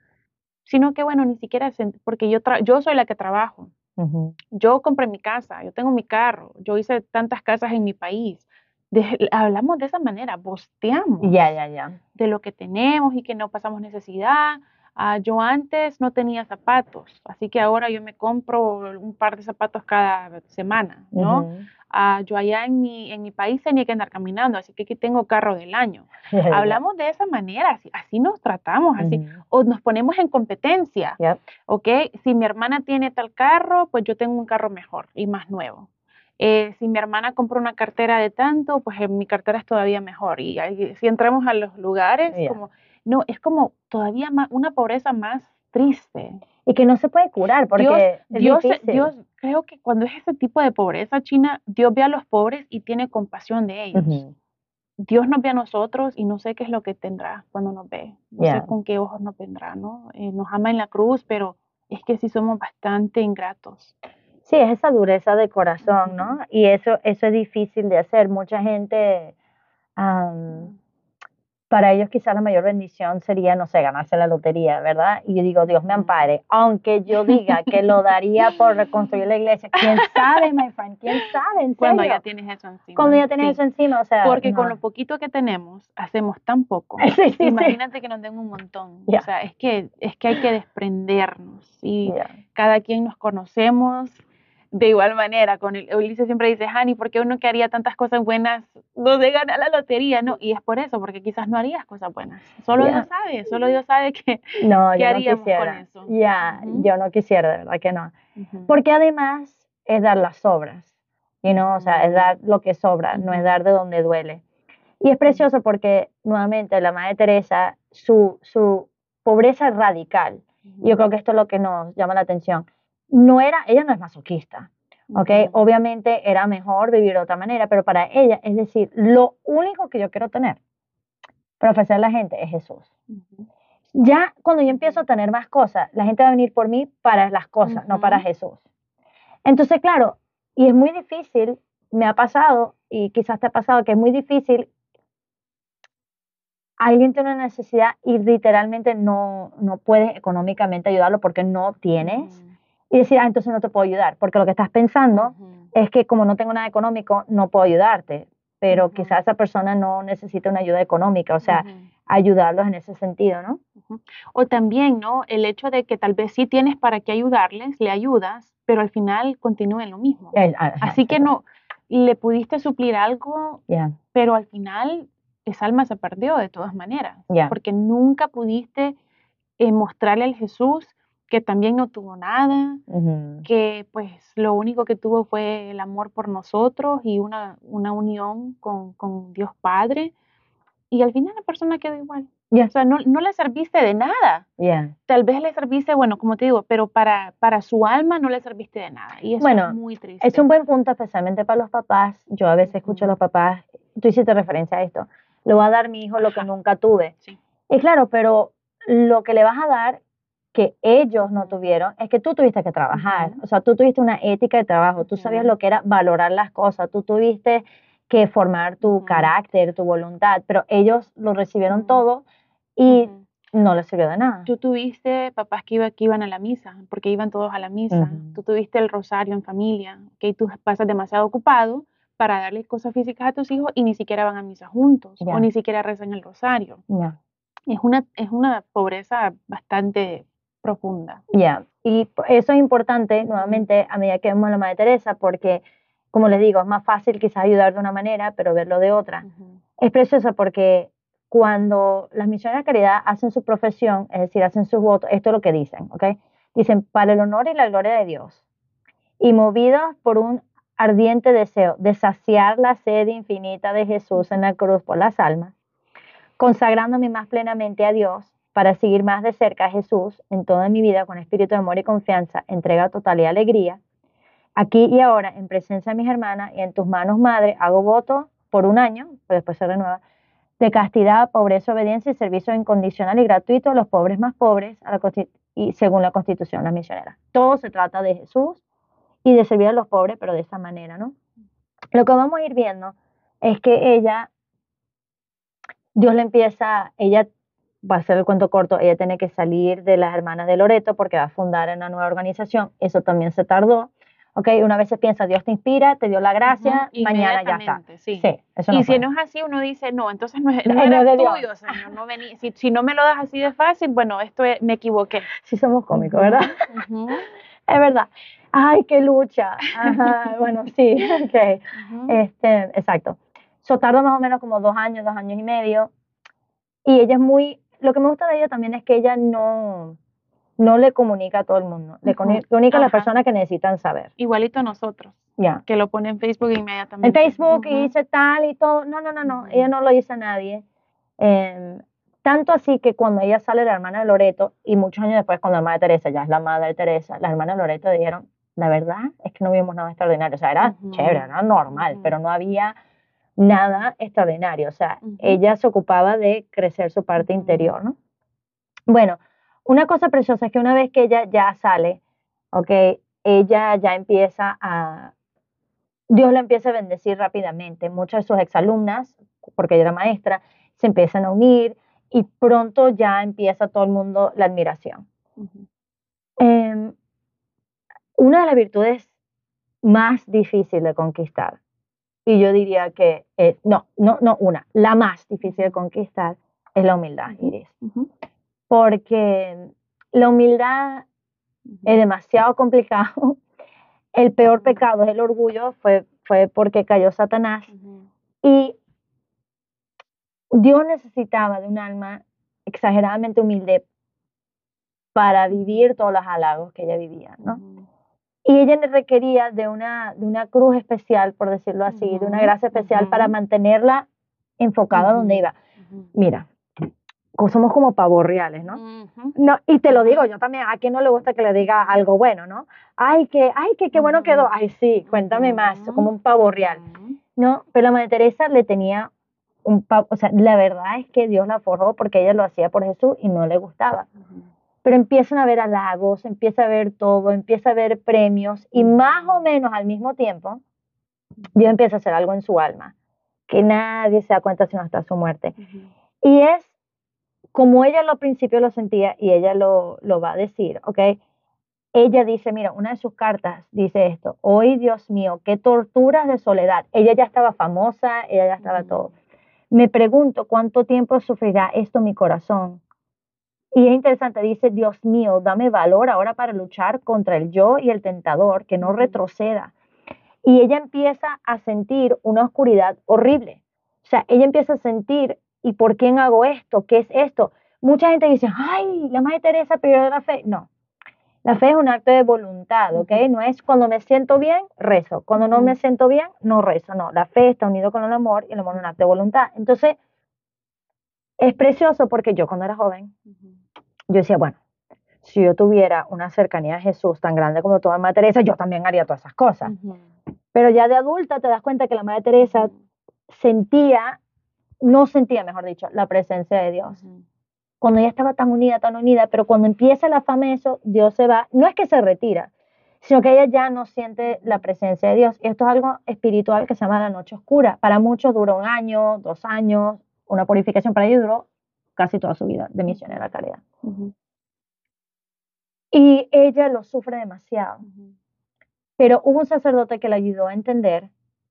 sino que bueno, ni siquiera, sen- porque yo, tra- yo soy la que trabajo, Ujú. yo compré mi casa, yo tengo mi carro, yo hice tantas casas en mi país. De- hablamos de esa manera, Ya, bosteamos ya, ya. de lo que tenemos y que no pasamos necesidad. Ah, yo antes no tenía zapatos, así que ahora yo me compro un par de zapatos cada semana, ¿no? Ujú. Ah, yo allá en mi, en mi país tenía que andar caminando, así que aquí tengo carro del año. Ya, ya, ya. Hablamos de esa manera, así, así nos tratamos, así, Ujú. o nos ponemos en competencia, Yep. ¿ok? Si mi hermana tiene tal carro, pues yo tengo un carro mejor y más nuevo. Eh, si mi hermana compró una cartera de tanto, pues en mi cartera es todavía mejor. Y ahí, si entramos a los lugares, Ya. como, no, es como todavía más, una pobreza más triste. Y que no se puede curar Dios, porque es Dios, eh, difícil. Dios, creo que cuando es ese tipo de pobreza, China, Dios ve a los pobres y tiene compasión de ellos. Ujú. Dios nos ve a nosotros y no sé qué es lo que tendrá cuando nos ve. No sé Ya. con qué ojos nos vendrá, ¿no? Eh, nos ama en la cruz, pero es que sí somos bastante ingratos. Sí, es esa dureza de corazón, Ujú, ¿no? Y eso, eso es difícil de hacer. Mucha gente am, ujú, para ellos quizás la mayor bendición sería, no sé, ganarse la lotería, ¿verdad? Y yo digo, Dios me ampare, aunque yo diga que lo daría por reconstruir la iglesia, ¿quién sabe, my friend? ¿Quién sabe? ¿En serio? Cuando ya tienes eso encima. Cuando ya tienes sí. eso encima, o sea, Porque no. con lo poquito que tenemos, hacemos tan poco. Sí, sí, Imagínate sí. que nos den un montón. Yeah. O sea, es que, es que hay que desprendernos. Y Yeah. cada quien nos conocemos de igual manera. Con el, Ulises siempre dice, Hani, ¿por qué uno que haría tantas cosas buenas no se gana la lotería? No, y es por eso, porque quizás no harías cosas buenas. Solo Yeah. Dios sabe, solo Dios sabe que, No, qué yo no haríamos con quisiera. eso. Ya, Ujú. yo no quisiera, de verdad que no. Ujú. Porque además es dar las sobras, you know, o sea, es dar lo que sobra, no es Ujú. dar de donde duele. Y es precioso porque, nuevamente, la Madre Teresa, su, su pobreza radical, y yo creo que esto es lo que nos llama la atención, no era, ella no es masoquista, ¿ok? Ujú. Obviamente era mejor vivir de otra manera, pero para ella, es decir, lo único que yo quiero tener para ofrecer a la gente es Jesús. Ujú. Ya cuando yo empiezo a tener más cosas, la gente va a venir por mí para las cosas, no para Ujú. Jesús. Entonces, claro, y es muy difícil, me ha pasado, y quizás te ha pasado, que es muy difícil, alguien tiene una necesidad y literalmente no, no puedes económicamente ayudarlo porque no tienes, Ujú. y decir, ah, entonces no te puedo ayudar, porque lo que estás pensando Ujú. es que como no tengo nada económico, no puedo ayudarte, pero Ujú. quizás esa persona no necesita una ayuda económica, o sea, Ujú. ayudarlos en ese sentido, ¿no? Ujú. O también, ¿no? El hecho de que tal vez sí tienes para qué ayudarles, le ayudas, pero al final continúa en lo mismo. Eh, ajá, Así que exacto. no, le pudiste suplir algo, Ya, pero al final esa alma se perdió de todas maneras, ya. porque nunca pudiste eh, mostrarle al Jesús que también no tuvo nada, Ujú. que pues lo único que tuvo fue el amor por nosotros y una, una unión con, con Dios Padre, y al final la persona quedó igual. Ya, O sea, no, no le serviste de nada. ya. Tal vez le serviste, bueno, como te digo, pero para, para su alma no le serviste de nada. Y eso es Bueno, muy es triste. un buen punto, especialmente para los papás. Yo a veces escucho a Ujú. los papás, tú hiciste referencia a esto, le voy a dar a mi hijo lo que Ajá. nunca tuve. Sí. Y claro, pero lo que le vas a dar que ellos no Ujú. tuvieron es que tú tuviste que trabajar. Ujú. O sea, tú tuviste una ética de trabajo, tú sabías Ujú. lo que era valorar las cosas, tú tuviste que formar tu Ujú. carácter, tu voluntad, pero ellos lo recibieron Ujú. todo y Ujú. no les sirvió de nada. Tú tuviste papás que, iba, que iban a la misa, porque iban todos a la misa. Ujú. Tú tuviste el rosario en familia, que tú pasas demasiado ocupado para darle cosas físicas a tus hijos y ni siquiera van a misa juntos o Ya, ni siquiera rezan el rosario. ya. Es una, es una pobreza bastante profunda. Ya, y p- eso es importante, Ujú. nuevamente, a medida que vemos a la Madre Teresa, porque, como les digo, es más fácil quizás ayudar de una manera, pero verlo de otra. Ujú. Es precioso porque cuando las misioneras de caridad hacen su profesión, es decir, hacen sus votos, esto es lo que dicen, ¿ok? Dicen, para el honor y la gloria de Dios, y movidos por un ardiente deseo de saciar la sed infinita de Jesús en la cruz por las almas, consagrándome más plenamente a Dios para seguir más de cerca a Jesús en toda mi vida con espíritu de amor y confianza, entrega total y alegría. Aquí y ahora, en presencia de mis hermanas y en tus manos, Madre, hago voto por un año, pero después se renueva, de castidad, pobreza, obediencia y servicio incondicional y gratuito a los pobres más pobres a la y según la Constitución, las misioneras. Todo se trata de Jesús y de servir a los pobres, pero de esa manera, ¿no? Lo que vamos a ir viendo es que ella Dios le empieza, ella, va a ser el cuento corto, ella tiene que salir de las hermanas de Loreto porque va a fundar una nueva organización, eso también se tardó, ¿ok? Una vez se piensa, Dios te inspira, te dio la gracia, Ujú. Mañana ya está. Inmediatamente, sí. Sí, eso no Y si fue. no es así, uno dice, no, entonces no, es, No, no no era es de Dios. tuyo, Señor, no vení, si, si no me lo das así de fácil, bueno, esto es, me equivoqué. Sí somos cómicos, Ujú. ¿verdad? Ujú. Es verdad. Ay, qué lucha. Ajá, bueno, sí, ok. Ujú. Este, exacto. So, tardó más o menos como dos años, dos años y medio. Y ella es muy, lo que me gusta de ella también es que ella no, no le comunica a todo el mundo, le Ujú. comunica a las Ajá. personas que necesitan saber. Igualito a nosotros, Ya. que lo pone en Facebook En inmediatamente. Facebook Ujú. hice tal y todo. No, no, no, no. Ujú. Ella no lo dice a nadie. Eh, tanto así que cuando ella sale, la hermana de Loreto, y muchos años después, cuando la madre Teresa ya es la madre Teresa, la hermana de Loreto dijeron, la verdad es que no vimos nada extraordinario. O sea, era Ujú. chévere, era normal, Ujú. pero no había nada extraordinario. O sea, Ujú. ella se ocupaba de crecer su parte Ujú. interior, ¿no? Bueno, una cosa preciosa es que una vez que ella ya sale, ok, ella ya empieza a, Dios la empieza a bendecir rápidamente. Muchas de sus exalumnas, porque ella era maestra, se empiezan a unir y pronto ya empieza todo el mundo la admiración. Ujú. Eh, una de las virtudes más difíciles de conquistar, y yo diría que, eh, no, no, no una, la más difícil de conquistar es la humildad, Iris. Ujú. Porque la humildad Ujú. es demasiado complicado. El peor Ujú. pecado es el orgullo, fue, fue porque cayó Satanás. Ujú. Y Dios necesitaba de un alma exageradamente humilde para vivir todos los halagos que ella vivía, ¿no? Ujú. Y ella le requería de una, de una cruz especial, por decirlo así, de una Ujú. gracia especial para Ujú. mantenerla enfocada donde Ujú. iba. Ujú. Mira, co- somos como pavos reales, ¿no? Ujú. No, y te lo Ujú. digo yo también, a quien no le gusta que le diga algo bueno, ¿no? Ay, que, ay, que qué bueno Ujú. quedó. Ay, sí, cuéntame más, como un pavo real. Ujú. No, pero la Madre Teresa le tenía un pavo, o sea, la verdad es que Dios la forjó porque ella lo hacía por Jesús y no le gustaba. Ujú. Pero empiezan a ver halagos, empieza a ver todo, empieza a ver premios y Ujú. más o menos al mismo tiempo, Dios empieza a hacer algo en su alma que nadie se da cuenta sino hasta su muerte. Ujú. Y es como ella al principio lo sentía y ella lo, lo va a decir, ¿ok? Ella dice, mira, una de sus cartas dice esto: hoy, Dios mío, qué torturas de soledad. Ella ya estaba famosa, ella ya estaba Ujú. todo. Me pregunto cuánto tiempo sufrirá esto mi corazón. Y es interesante, dice, Dios mío, dame valor ahora para luchar contra el yo y el tentador, que no Ujú. retroceda. Y ella empieza a sentir una oscuridad horrible. O sea, ella empieza a sentir, ¿y por quién hago esto? ¿Qué es esto? Mucha gente dice, ay, la Madre Teresa perdió la fe. No, la fe es un acto de voluntad, ¿ok? Ujú. No es cuando me siento bien, rezo. Cuando no Ujú. me siento bien, no rezo. No, la fe está unido con el amor y el amor es un acto de voluntad. Entonces, es precioso porque yo cuando era joven, Ujú. yo decía, bueno, si yo tuviera una cercanía a Jesús tan grande como toda Madre Teresa, yo también haría todas esas cosas. Ujú. Pero ya de adulta te das cuenta que la Madre Teresa Ujú. sentía, no sentía, mejor dicho, la presencia de Dios. Ujú. Cuando ella estaba tan unida, tan unida, pero cuando empieza la fama de eso, Dios se va, no es que se retira, sino que ella ya no siente la presencia de Dios. Y esto es algo espiritual que se llama la noche oscura. Para muchos duró un año, dos años, una purificación. Para ella duró casi toda su vida de misionera de caridad. Ujú. Y ella lo sufre demasiado. Ujú. Pero hubo un sacerdote que le ayudó a entender,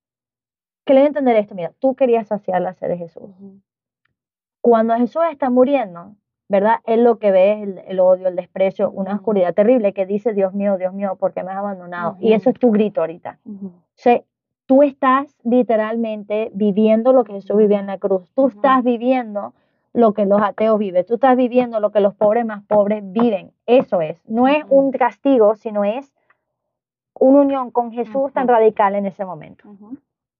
que le dio a entender esto: mira, tú querías saciar la sed de Jesús. Ujú. Cuando Jesús está muriendo, ¿verdad? Él lo que ve es el, el odio, el desprecio, una Ujú. oscuridad terrible que dice, Dios mío, Dios mío, ¿por qué me has abandonado? Y eso Ujú. es tu grito ahorita. Ujú. O sea, tú estás literalmente viviendo lo que Jesús vivía en la cruz. Tú Ujú. estás viviendo lo que los ateos viven. Tú estás viviendo lo que los pobres más pobres viven. Eso es. No es Ujú. un castigo, sino es una unión con Jesús tan Ujú. radical en ese momento. Ujú.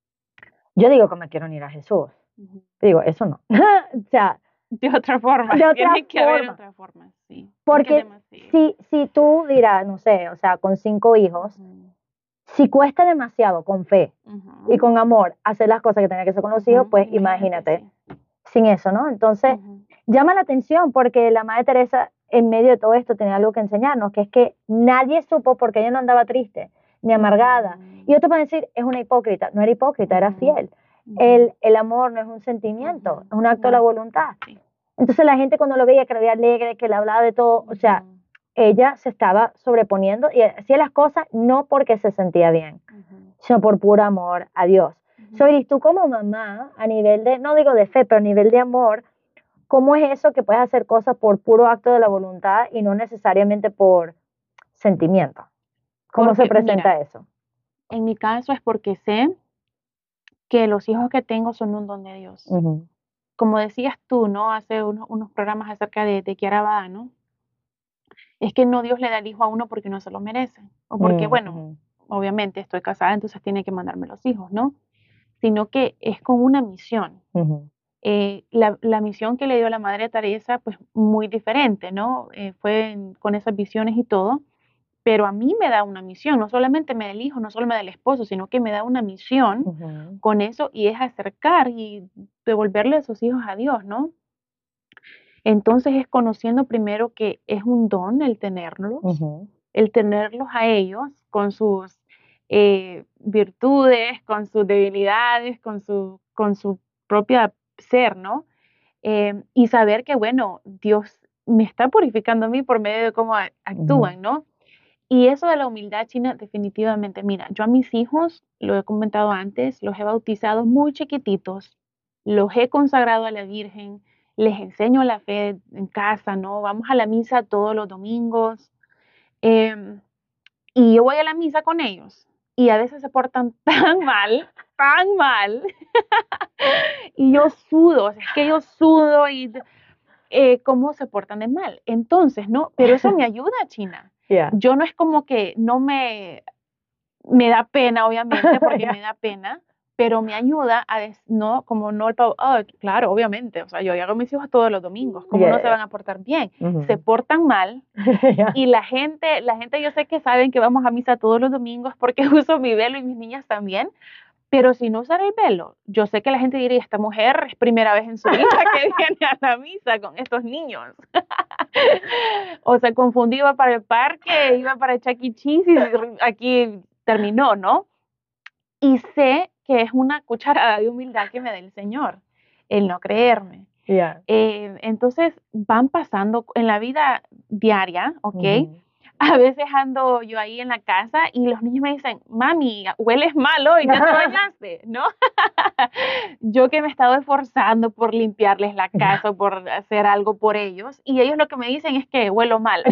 Yo digo que me quiero unir a Jesús. Ujú. Digo, eso no. O sea, De otra forma, de otra tiene que haber forma. otra forma, sí. Es que es Porque demasiado. si, si tú dirás, no sé, o sea, con cinco hijos, Ujú. si cuesta demasiado con fe y Ujú. con amor hacer las cosas que tenía que hacer con los hijos, Ujú. pues imagínate, sí. sin eso, ¿no? Entonces, Ujú. llama la atención porque la Madre Teresa, en medio de todo esto, tenía algo que enseñarnos, que es que nadie supo por qué ella no andaba triste ni amargada. Ujú. Y otros van a decir, es una hipócrita. No era hipócrita, era Ujú. fiel. Ujú. El, el amor no es un sentimiento, Ujú. es un acto de la Ujú. voluntad. Sí. Entonces la gente cuando lo veía, que lo veía alegre, que le hablaba de todo, o sea, Ujú. ella se estaba sobreponiendo y hacía las cosas no porque se sentía bien, Ujú. sino por puro amor a Dios. Ujú. Soy tú como mamá, a nivel de, no digo de fe, pero a nivel de amor, ¿cómo es eso que puedes hacer cosas por puro acto de la voluntad y no necesariamente por sentimiento? ¿Cómo se Porque, presenta mira, eso? en mi caso es porque sé que los hijos que tengo son un don de Dios. Ujú. Como decías tú, ¿no? Hace unos, unos programas acerca de, de Kiara Badano, es que no Dios le da el hijo a uno porque no se lo merece. O porque, Mm, bueno, ujú. obviamente estoy casada, entonces tiene que mandarme los hijos, ¿no? Sino que es con una misión. Ujú. Eh, la, la misión que le dio la Madre Teresa, pues muy diferente, ¿no? Eh, fue en- con esas visiones y todo, pero a mí me da una misión, no solamente me da el hijo, no solo me da el esposo, sino que me da una misión Ujú. con eso y es acercar y devolverle a sus hijos a Dios, ¿no? Entonces es conociendo primero que es un don el tenerlos, Ujú. el tenerlos a ellos con sus eh, virtudes, con sus debilidades, con su, con su propia ser, ¿no? eh, y saber que, bueno, Dios me está purificando a mí por medio de cómo a- actúan, ¿no? Y eso de la humildad china, definitivamente, mira, yo a mis hijos, lo he comentado antes, los he bautizado muy chiquititos, los he consagrado a la Virgen, les enseño la fe en casa, ¿no? Vamos a la misa todos los domingos. em, y yo voy a la misa con ellos y a veces se portan tan mal, tan mal, y yo sudo, o sea, es que yo sudo y eh, cómo se portan de mal. Entonces, ¿no? Pero eso me ayuda, China. Yeah. Yo no es como que no me, me da pena, obviamente, porque me da pena, pero me ayuda a, des- no, como no el pavo, "Ah, claro, obviamente, o sea, yo hago a mis hijos todos los domingos, ¿cómo Yeah, no yeah, se yeah. van a portar bien? Ujú. Se portan mal Yeah. y la gente, la gente yo sé que saben que vamos a misa todos los domingos porque uso mi velo y mis niñas también, pero si no usara el velo, yo sé que la gente diría, esta mujer es primera vez en su vida que viene a la misa con estos niños. O sea, confundí, iba para el parque, iba para Chuck E. Cheese y aquí terminó, ¿no? Y sé que es una cucharada de humildad que me da el Señor, el no creerme. Yeah. Eh, entonces van pasando en la vida diaria, ¿ok? Ujú. A veces ando yo ahí en la casa y los niños me dicen, mami, hueles mal hoy, ya te bañaste, ¿no? Yo que me he estado esforzando por limpiarles la casa, por hacer algo por ellos, y ellos lo que me dicen es que huelo mal.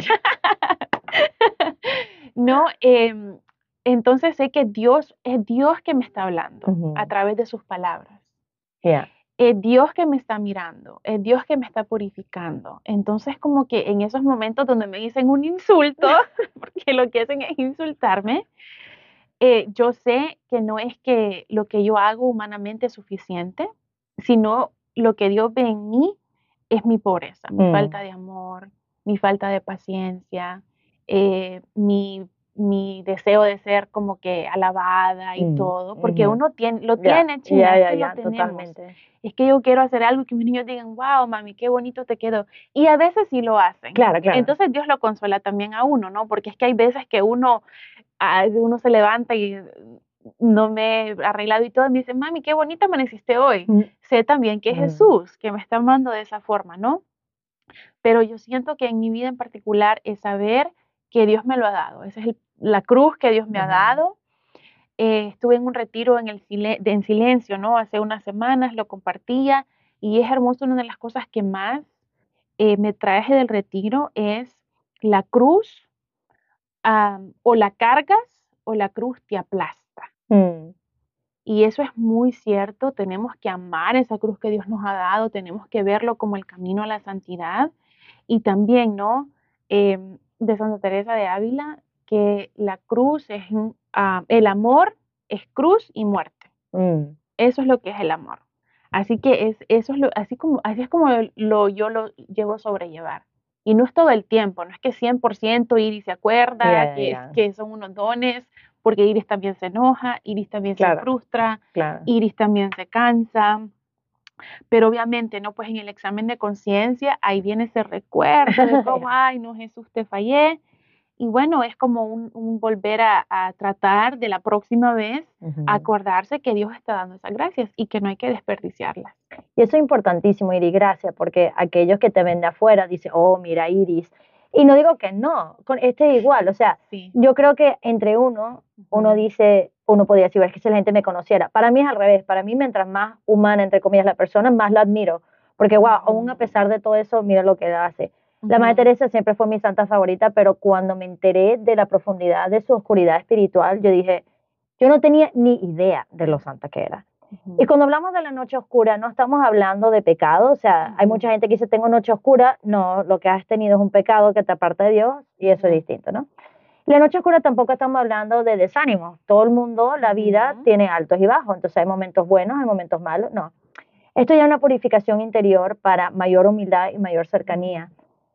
No, em, entonces sé que Dios es Dios que me está hablando a Ujú. través de sus palabras. Yeah. Es Dios que me está mirando, es Dios que me está purificando. Entonces, como que en esos momentos donde me dicen un insulto, porque lo que hacen es insultarme, eh, yo sé que no es que lo que yo hago humanamente es suficiente, sino lo que Dios ve en mí es mi pobreza, mi falta Mm. de amor, mi falta de paciencia, eh, mi, mi deseo de ser como que alabada y Mm. todo, porque Ujú. uno tiene, lo Ya, tiene, China, ya, es ya, que lo ya, tenemos. totalmente. Es que yo quiero hacer algo y que mis niños digan, wow, mami, qué bonito te quedó. Y a veces sí lo hacen. Claro, claro. Entonces Dios lo consuela también a uno, ¿no? Porque es que hay veces que uno, ah, uno se levanta y no me he arreglado y todo, y me dice, mami, qué bonita amaneciste hoy. Mm. Sé también que es Mm. Jesús que me está amando de esa forma, ¿no? Pero yo siento que en mi vida en particular es saber que Dios me lo ha dado. Esa es el- la cruz que Dios me ha Ujú. dado. Eh, estuve en un retiro en, el sile- de- en silencio, ¿no? Hace unas semanas lo compartía y es hermoso. Una de las cosas que más eh, me traje del retiro es la cruz, am, o la cargas o la cruz te aplasta. Mm. Y eso es muy cierto, tenemos que amar esa cruz que Dios nos ha dado, tenemos que verlo como el camino a la santidad. Y también, ¿no? Em, de Santa Teresa de Ávila, que la cruz es, un- ah, el amor es cruz y muerte. Mm. Eso es lo que es el amor. Así que es, eso es lo, así como, así es como lo, yo lo llevo a sobrellevar. Y no es todo el tiempo, no es que cien por ciento Iris se acuerda, Ya, ya, que, es- ya. que son unos dones, porque Iris también se enoja, Iris también se Claro, frustra, claro. Iris también se cansa, pero obviamente, ¿no? Pues en el examen de conciencia, ahí viene ese recuerdo de cómo, ay, no, Jesús, te fallé. Y bueno, es como un, un volver a, a tratar de la próxima vez, Ujú. acordarse que Dios está dando esas gracias y que no hay que desperdiciarlas. Y eso es importantísimo, Iris, gracias, porque aquellos que te ven de afuera dicen, oh, mira, Iris. Y no digo que no, con este es igual, o sea, Sí. yo creo que entre uno, uno Ujú. dice, uno podría decir, es que si la gente me conociera. Para mí es al revés, para mí mientras más humana, entre comillas, la persona, más la admiro. Porque, wow, aún a pesar de todo eso, mira lo que hace. La Madre Ujú. Teresa siempre fue mi santa favorita, pero cuando me enteré de la profundidad de su oscuridad espiritual, yo dije, yo no tenía ni idea de lo santa que era. Ujú. Y cuando hablamos de la noche oscura, no estamos hablando de pecado, o sea, hay Ujú. mucha gente que dice, tengo noche oscura, no, lo que has tenido es un pecado que te aparta de Dios y eso es Ujú. distinto, ¿no? La noche oscura tampoco estamos hablando de desánimo, todo el mundo, la vida Ujú. tiene altos y bajos, entonces hay momentos buenos, hay momentos malos, no. Esto ya es una purificación interior para mayor humildad y mayor cercanía.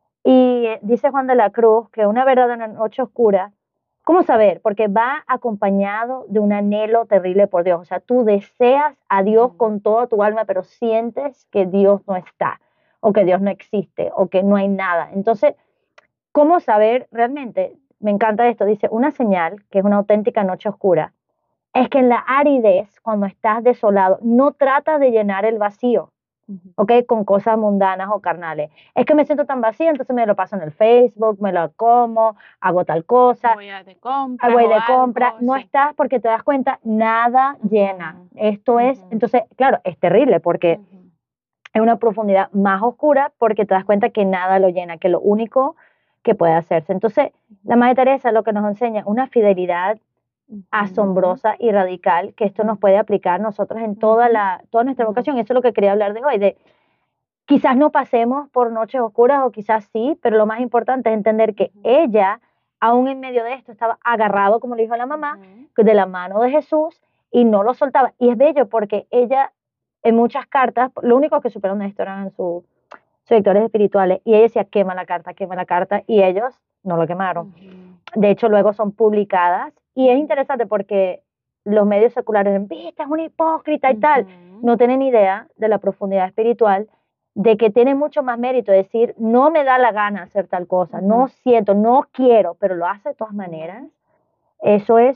Y eh, dice Juan de la Cruz que una verdadera noche oscura, ¿cómo saber? Porque va acompañado de un anhelo terrible por Dios. O sea, tú deseas a Dios Ujú. con toda tu alma, pero sientes que Dios no está, o que Dios no existe, o que no hay nada. Entonces, ¿cómo saber realmente? Me encanta esto. Dice, una señal, que es una auténtica noche oscura, es que en la aridez, cuando estás desolado, no tratas de llenar el vacío, Ujú. ¿ok? Con cosas mundanas o carnales. Es que me siento tan vacía, entonces me lo paso en el Facebook, me lo como, hago tal cosa, Voy a de compras hago ahí o de compra. algo, No sí. estás porque te das cuenta, nada llena. Ujú, Esto es, ujú, entonces, claro, es terrible porque ujú, es una profundidad más oscura porque te das cuenta que nada lo llena, que lo único que puede hacerse. Entonces, la Madre Teresa lo que nos enseña una fidelidad ujú, asombrosa y radical, que esto nos ujú, puede aplicar nosotros en toda, ujú, la, toda nuestra ujú, vocación. Eso es lo que quería hablar de hoy, de quizás no pasemos por noches oscuras o quizás sí, pero lo más importante es entender que ujú, ella, aún en medio de esto, estaba agarrado, como le dijo la mamá, ujú, de la mano de Jesús y no lo soltaba. Y es bello porque ella, en muchas cartas, lo único que superaron de esto eran sus, sus lectores espirituales, y ella decía, quema la carta, quema la carta, y ellos no lo quemaron. ujú, De hecho, luego son publicadas, y es ujú, interesante porque los medios seculares dicen, viste, es una hipócrita y tal. ujú, No tienen idea de la profundidad espiritual, de que tiene mucho más mérito decir, no me da la gana hacer tal cosa, no ujú, siento, no quiero, pero lo hace de todas maneras. Eso es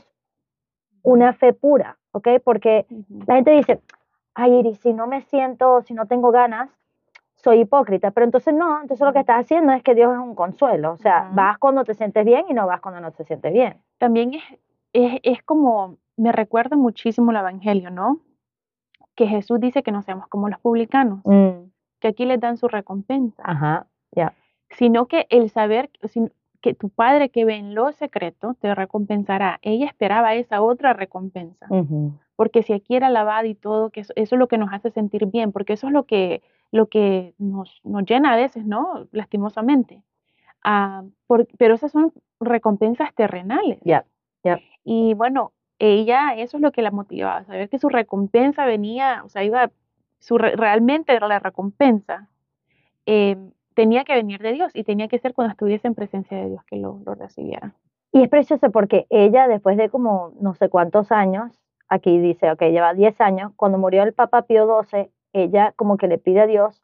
una fe pura, ¿ok? Porque ujú, la gente dice, ay, Iris, si no me siento, si no tengo ganas, soy hipócrita. Pero entonces no, entonces lo que ujú, estás haciendo es que Dios es un consuelo. O sea, ujú. vas cuando te sientes bien y no vas cuando no te sientes bien. También es, es, es como, me recuerda muchísimo el Evangelio, ¿no? Que Jesús dice que no seamos como los publicanos, Mm, que aquí les dan su recompensa, ajá, ya. sino que el saber sin- que tu Padre que ve en lo secreto te recompensará. Ella esperaba esa otra recompensa, Ujú, porque si aquí era lavada y todo, que eso, eso es lo que nos hace sentir bien, porque eso es lo que, lo que nos, nos llena a veces, ¿no? Lastimosamente. Ah, por- pero esas son recompensas terrenales. ya, ya. Y bueno, ella, eso es lo que la motivaba, saber que su recompensa venía, o sea, iba, su re- realmente era la recompensa, eh, tenía que venir de Dios y tenía que ser cuando estuviese en presencia de Dios que lo, lo recibiera. Y es precioso porque ella, después de como no sé cuántos años, aquí dice, ok, lleva diez años, cuando murió el Papa Pío doce, ella como que le pide a Dios.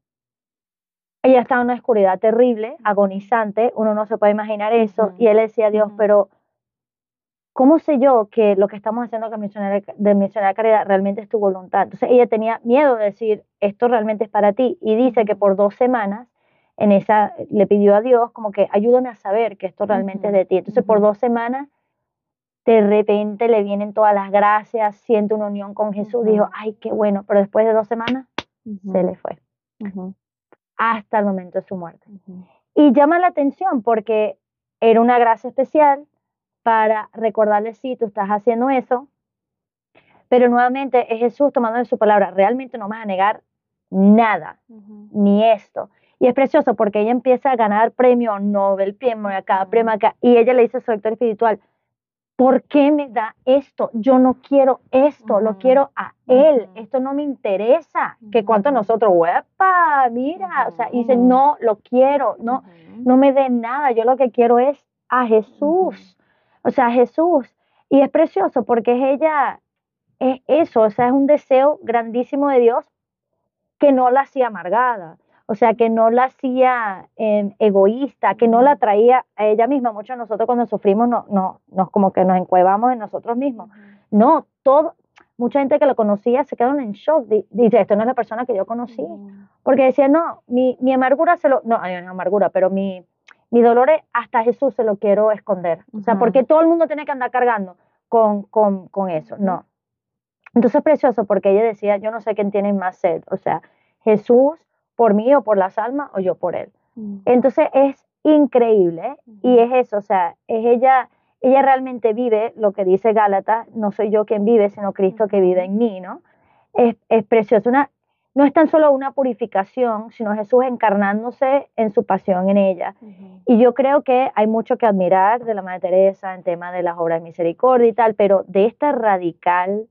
Ella estaba en una oscuridad terrible, agonizante, uno no se puede imaginar eso, y Ujú, él le decía a Dios, ujú, pero ¿cómo sé yo que lo que estamos haciendo con misionar de misionar caridad realmente es tu voluntad? Entonces ella tenía miedo de decir, esto realmente es para ti, y dice que ujú, por dos semanas en esa le pidió a Dios como que ayúdame a saber que esto realmente es ujú, de ti. Entonces por ujú, dos semanas de repente le vienen todas las gracias, siente una unión con Jesús, dijo, ujú, ay, qué bueno, pero después de dos semanas se ujú, le fue, ujú, hasta el momento de su muerte. ujú, Y llama la atención porque era una gracia especial para recordarle, sí, tú estás haciendo eso, pero nuevamente es Jesús tomando de su palabra, realmente no me vas a negar nada, ujú, ni esto. Y es precioso porque ella empieza a ganar premio Nobel, premio acá, ujú, premio acá, y ella le dice a su director espiritual, ¿por qué me da esto? Yo no quiero esto, lo ujú, quiero a él, ujú, esto no me interesa. Que cuánto ujú, nosotros, huepa, mira, o sea, y dice, ujú, no, lo quiero, no, ujú, no me den nada, yo lo que quiero es a ujú, Jesús, o sea, Jesús. Y es precioso porque es ella, es eso, o sea, es un deseo grandísimo de Dios que no la hacía amargada, o sea, que no la hacía eh, egoísta, que no la ujú, traía a ella misma. Muchos de nosotros cuando sufrimos no, no, nos como que nos encuevamos en nosotros mismos. ujú, No, todo, mucha gente que lo conocía se quedaron en shock. Di- Dice, esto no es la persona que yo conocí. ujú, Porque decía, no, mi, mi amargura se lo, no, ay, no amargura, pero mi, mi dolor es- hasta Jesús se lo quiero esconder. O sea, porque ujú, todo el mundo tiene que andar cargando con, con, con eso. ujú, No, entonces es precioso porque ella decía, yo no sé quién tiene más sed, o sea, Jesús por mí o por las almas o yo por él. ujú, Entonces es increíble, ¿eh? Y ujú, es eso, o sea, es ella, ella realmente vive lo que dice Gálatas, no soy yo quien vive, sino Cristo que vive ujú, en mí, ¿no? Es, es precioso, una, no es tan solo una purificación, sino Jesús encarnándose en su pasión en ella. ujú, Y yo creo que hay mucho que admirar de la Madre Teresa en tema de las obras de misericordia y tal, pero de esta radical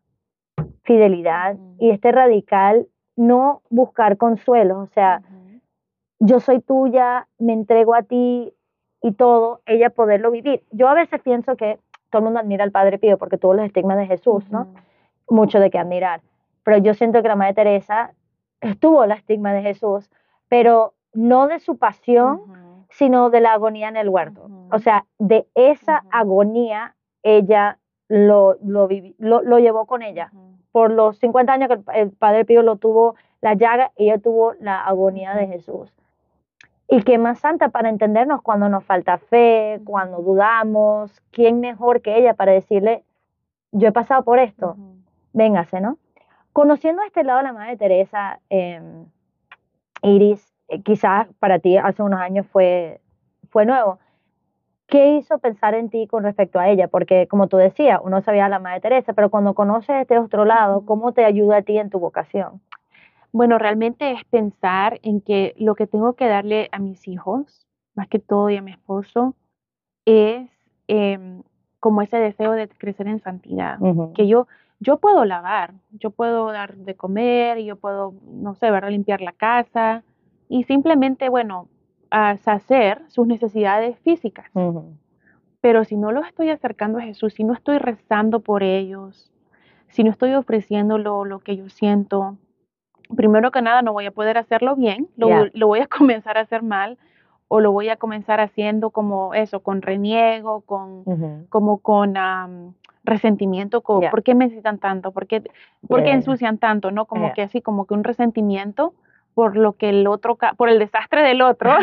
fidelidad ujú, y este radical no buscar consuelos, o sea, ujú, yo soy tuya, me entrego a ti y todo, ella poderlo vivir. Yo a veces pienso que todo el mundo admira al Padre Pío porque tuvo los estigmas de Jesús, ¿no? ujú, Mucho de qué admirar. Pero yo siento que la Madre Teresa tuvo la estigma de Jesús, pero no de su pasión, ujú, sino de la agonía en el huerto. O ujú, sea, de esa ujú, agonía ella lo, lo, vivi- lo, lo llevó con ella. ujú, Por los cincuenta años que el, el Padre Pío lo tuvo la llaga, ella tuvo la agonía de Jesús. Y qué más santa para entendernos cuando nos falta fe, cuando dudamos, quién mejor que ella para decirle, yo he pasado por esto, Ujú. véngase, ¿no? Conociendo a este lado de la Madre Teresa, eh, Iris, eh, quizás para ti hace unos años fue, fue nuevo. ¿Qué hizo pensar en ti con respecto a ella? Porque, como tú decías, uno sabía a la Madre Teresa, pero cuando conoces este otro lado, ¿cómo te ayuda a ti en tu vocación? Bueno, realmente es pensar en que lo que tengo que darle a mis hijos, más que todo y a mi esposo, es em, como ese deseo de crecer en santidad. Ujú. Que yo, yo puedo lavar, yo puedo dar de comer, yo puedo, no sé, ¿verdad? Limpiar la casa y simplemente, bueno, a saciar sus necesidades físicas. Ujú. Pero si no los estoy acercando a Jesús, si no estoy rezando por ellos, si no estoy ofreciendo lo, lo que yo siento, primero que nada no voy a poder hacerlo bien, lo, Ya. lo voy a comenzar a hacer mal o lo voy a comenzar haciendo como eso, con reniego, con, Ujú. como con am, resentimiento, co- Ya. ¿por qué me necesitan tanto? ¿Por qué, por Ya, qué ya, ya. ensucian tanto? ¿No? Como Ya. que así, como que un resentimiento por lo que el otro, ca- por el desastre del otro.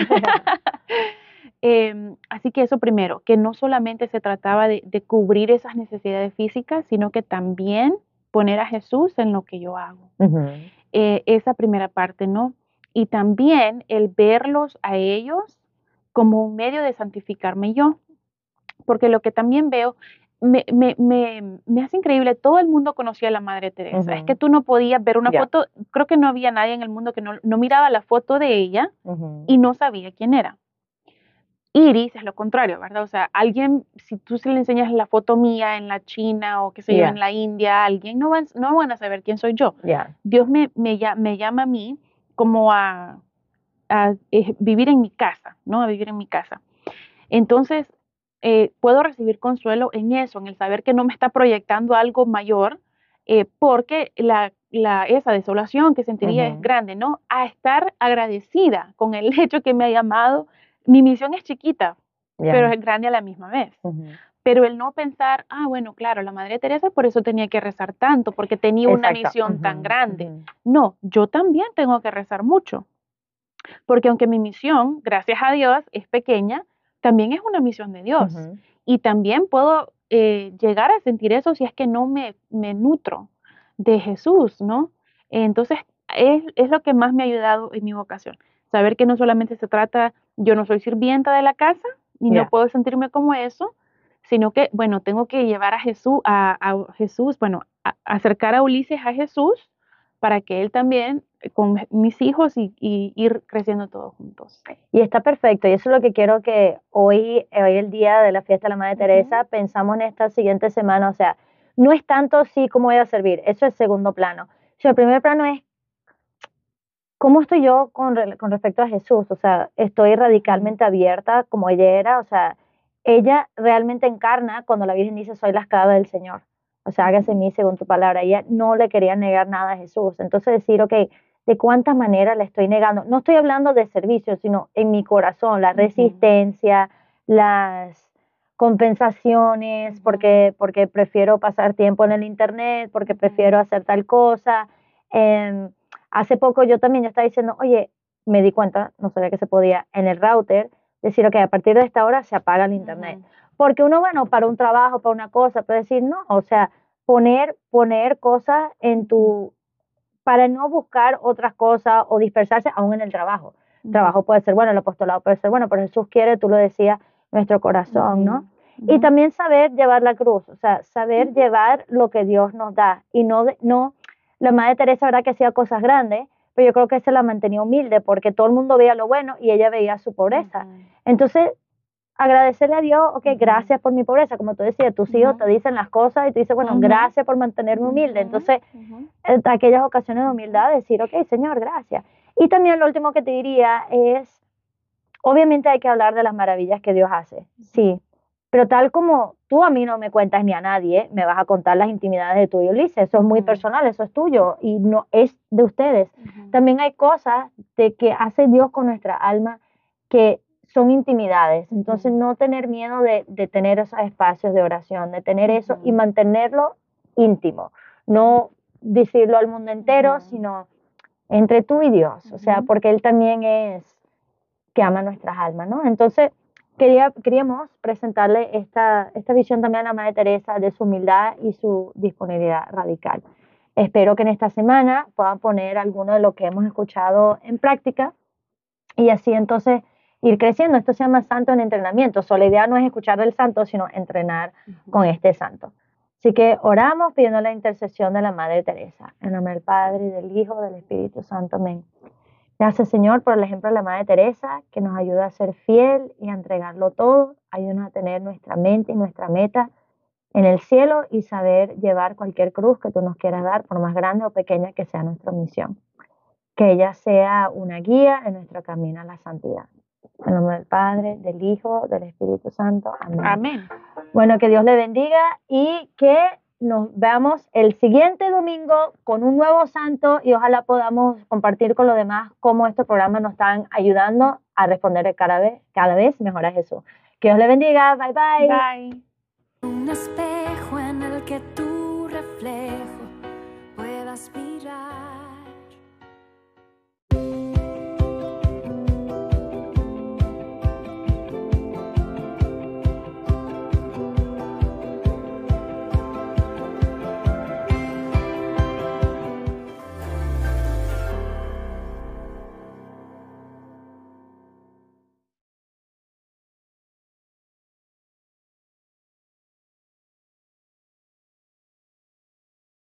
Em, así que eso primero, que no solamente se trataba de, de cubrir esas necesidades físicas, sino que también poner a Jesús en lo que yo hago. Ujú. Eh, esa primera parte, ¿no? Y también el verlos a ellos como un medio de santificarme yo, porque lo que también veo, me, me, me, me hace increíble, todo el mundo conocía a la Madre Teresa, es que Ujú. tú no podías ver una Ya. foto, creo que no había nadie en el mundo que no, no miraba la foto de ella Ujú. y no sabía quién era. Iris es lo contrario, ¿verdad? O sea, alguien, si tú se le enseñas la foto mía en la China o qué sé yo, en Ya. la India, alguien no van, no van a saber quién soy yo. Ya. Dios me, me, lla- me llama a mí como a, a, eh, vivir en mi casa, ¿no? A vivir en mi casa. Entonces, eh, puedo recibir consuelo en eso, en el saber que no me está proyectando algo mayor, eh, porque la, la, esa desolación que sentiría es Ujú. grande, ¿no? A estar agradecida con el hecho que me ha llamado. Mi misión es chiquita, pero Ya. es grande a la misma vez. Ujú. Pero el no pensar, ah, bueno, claro, la Madre Teresa por eso tenía que rezar tanto, porque tenía una Exacto. misión tan Ujú. grande. Ujú. No, yo también tengo que rezar mucho, porque aunque mi misión, gracias a Dios, es pequeña, también es una misión de Dios. Ujú. Y también puedo eh, llegar a sentir eso si es que no me, me nutro de Jesús, ¿no? Entonces, es, es lo que más me ha ayudado en mi vocación. Saber que no solamente se trata, yo no soy sirvienta de la casa y no Ya. puedo sentirme como eso, sino que, bueno, tengo que llevar a Jesús, a, a Jesús, bueno, a- acercar a Ulises a Jesús para que él también, eh, con mis hijos y, y ir creciendo todos juntos. Y está perfecto, y eso es lo que quiero que hoy, eh, hoy el día de la fiesta de la Madre Teresa, Ujú, pensamos en esta siguiente semana, o sea, no es tanto sí cómo voy a servir, eso es segundo plano. O sea, el primer plano es cómo estoy yo con, re- con respecto a Jesús, o sea, estoy ujú, radicalmente abierta como ella era, o sea, ella realmente encarna cuando la Virgen dice, soy la esclava del Señor, o sea, hágase en ujú, mí según tu palabra, ella no le quería negar nada a Jesús, entonces decir, ok, ¿de cuántas maneras le estoy negando? No estoy hablando de servicio, sino en mi corazón, la ujú, resistencia, las compensaciones, ujú, porque, porque prefiero pasar tiempo en el internet, porque ujú, prefiero hacer tal cosa. em, Hace poco yo también yo estaba diciendo, oye, me di cuenta, no sabía que se podía en el router decir, ok, a partir de esta hora se apaga el internet. ujú, Porque uno, bueno, para un trabajo, para una cosa, puede decir, no, o sea, poner, poner cosas en tu, para no buscar otras cosas o dispersarse aún en el trabajo. ujú, Trabajo puede ser bueno, el apostolado puede ser bueno, pero Jesús quiere, tú lo decías, nuestro corazón, ¿no? ujú, Y ujú, también saber llevar la cruz, o sea, saber ujú, llevar lo que Dios nos da y no, de- no, la Madre Teresa, verdad que hacía cosas grandes, pero yo creo que se la mantenía humilde porque todo el mundo veía lo bueno y ella veía su pobreza. ujú, Entonces, agradecerle a Dios, ok, ujú, gracias por mi pobreza, como tú decías, tus hijos ujú, te dicen las cosas y tú dices, bueno, ujú, gracias por mantenerme humilde. ujú, Entonces, ujú, en aquellas ocasiones de ujú, humildad, decir, ok, Señor, gracias. Y también lo último que te diría es, obviamente hay que hablar de las maravillas que Dios hace, ujú, sí, pero tal como tú a mí no me cuentas ni a nadie, me vas a contar las intimidades de tu y Ulises, eso es muy ujú, personal, eso es tuyo y no es de ustedes. ujú, También hay cosas de que hace Dios con nuestra alma que son intimidades, entonces ujú, no tener miedo de, de tener esos espacios de oración, de tener eso y ujú, mantenerlo íntimo, no decirlo al mundo entero, ujú, sino entre tú y Dios, o sea, Ujú. porque Él también es que ama nuestras almas, ¿no? Entonces, quería, queríamos presentarle esta, esta visión también a la Madre Teresa de su humildad y su disponibilidad radical. Espero que en esta semana puedan poner alguno de lo que hemos escuchado en práctica y así entonces ir creciendo. Esto se llama santo en entrenamiento. So, la idea no es escuchar del santo, sino entrenar Ujú. con este santo. Así que oramos pidiendo la intercesión de la Madre Teresa. En nombre del Padre, del Hijo, del Espíritu Santo. Amén. Gracias, Señor, por el ejemplo de la Madre Teresa, que nos ayuda a ser fiel y a entregarlo todo. Ayúdanos a tener nuestra mente y nuestra meta en el cielo y saber llevar cualquier cruz que tú nos quieras dar, por más grande o pequeña que sea nuestra misión. Que ella sea una guía en nuestro camino a la santidad. En nombre del Padre, del Hijo, del Espíritu Santo. Amén. Amén. Bueno, que Dios le bendiga y que nos veamos el siguiente domingo con un nuevo santo y ojalá podamos compartir con los demás cómo estos programas nos están ayudando a responder cada vez, cada vez mejor a Jesús. Que Dios le bendiga. Bye, bye. Bye. Un espejo en el que tú reflejas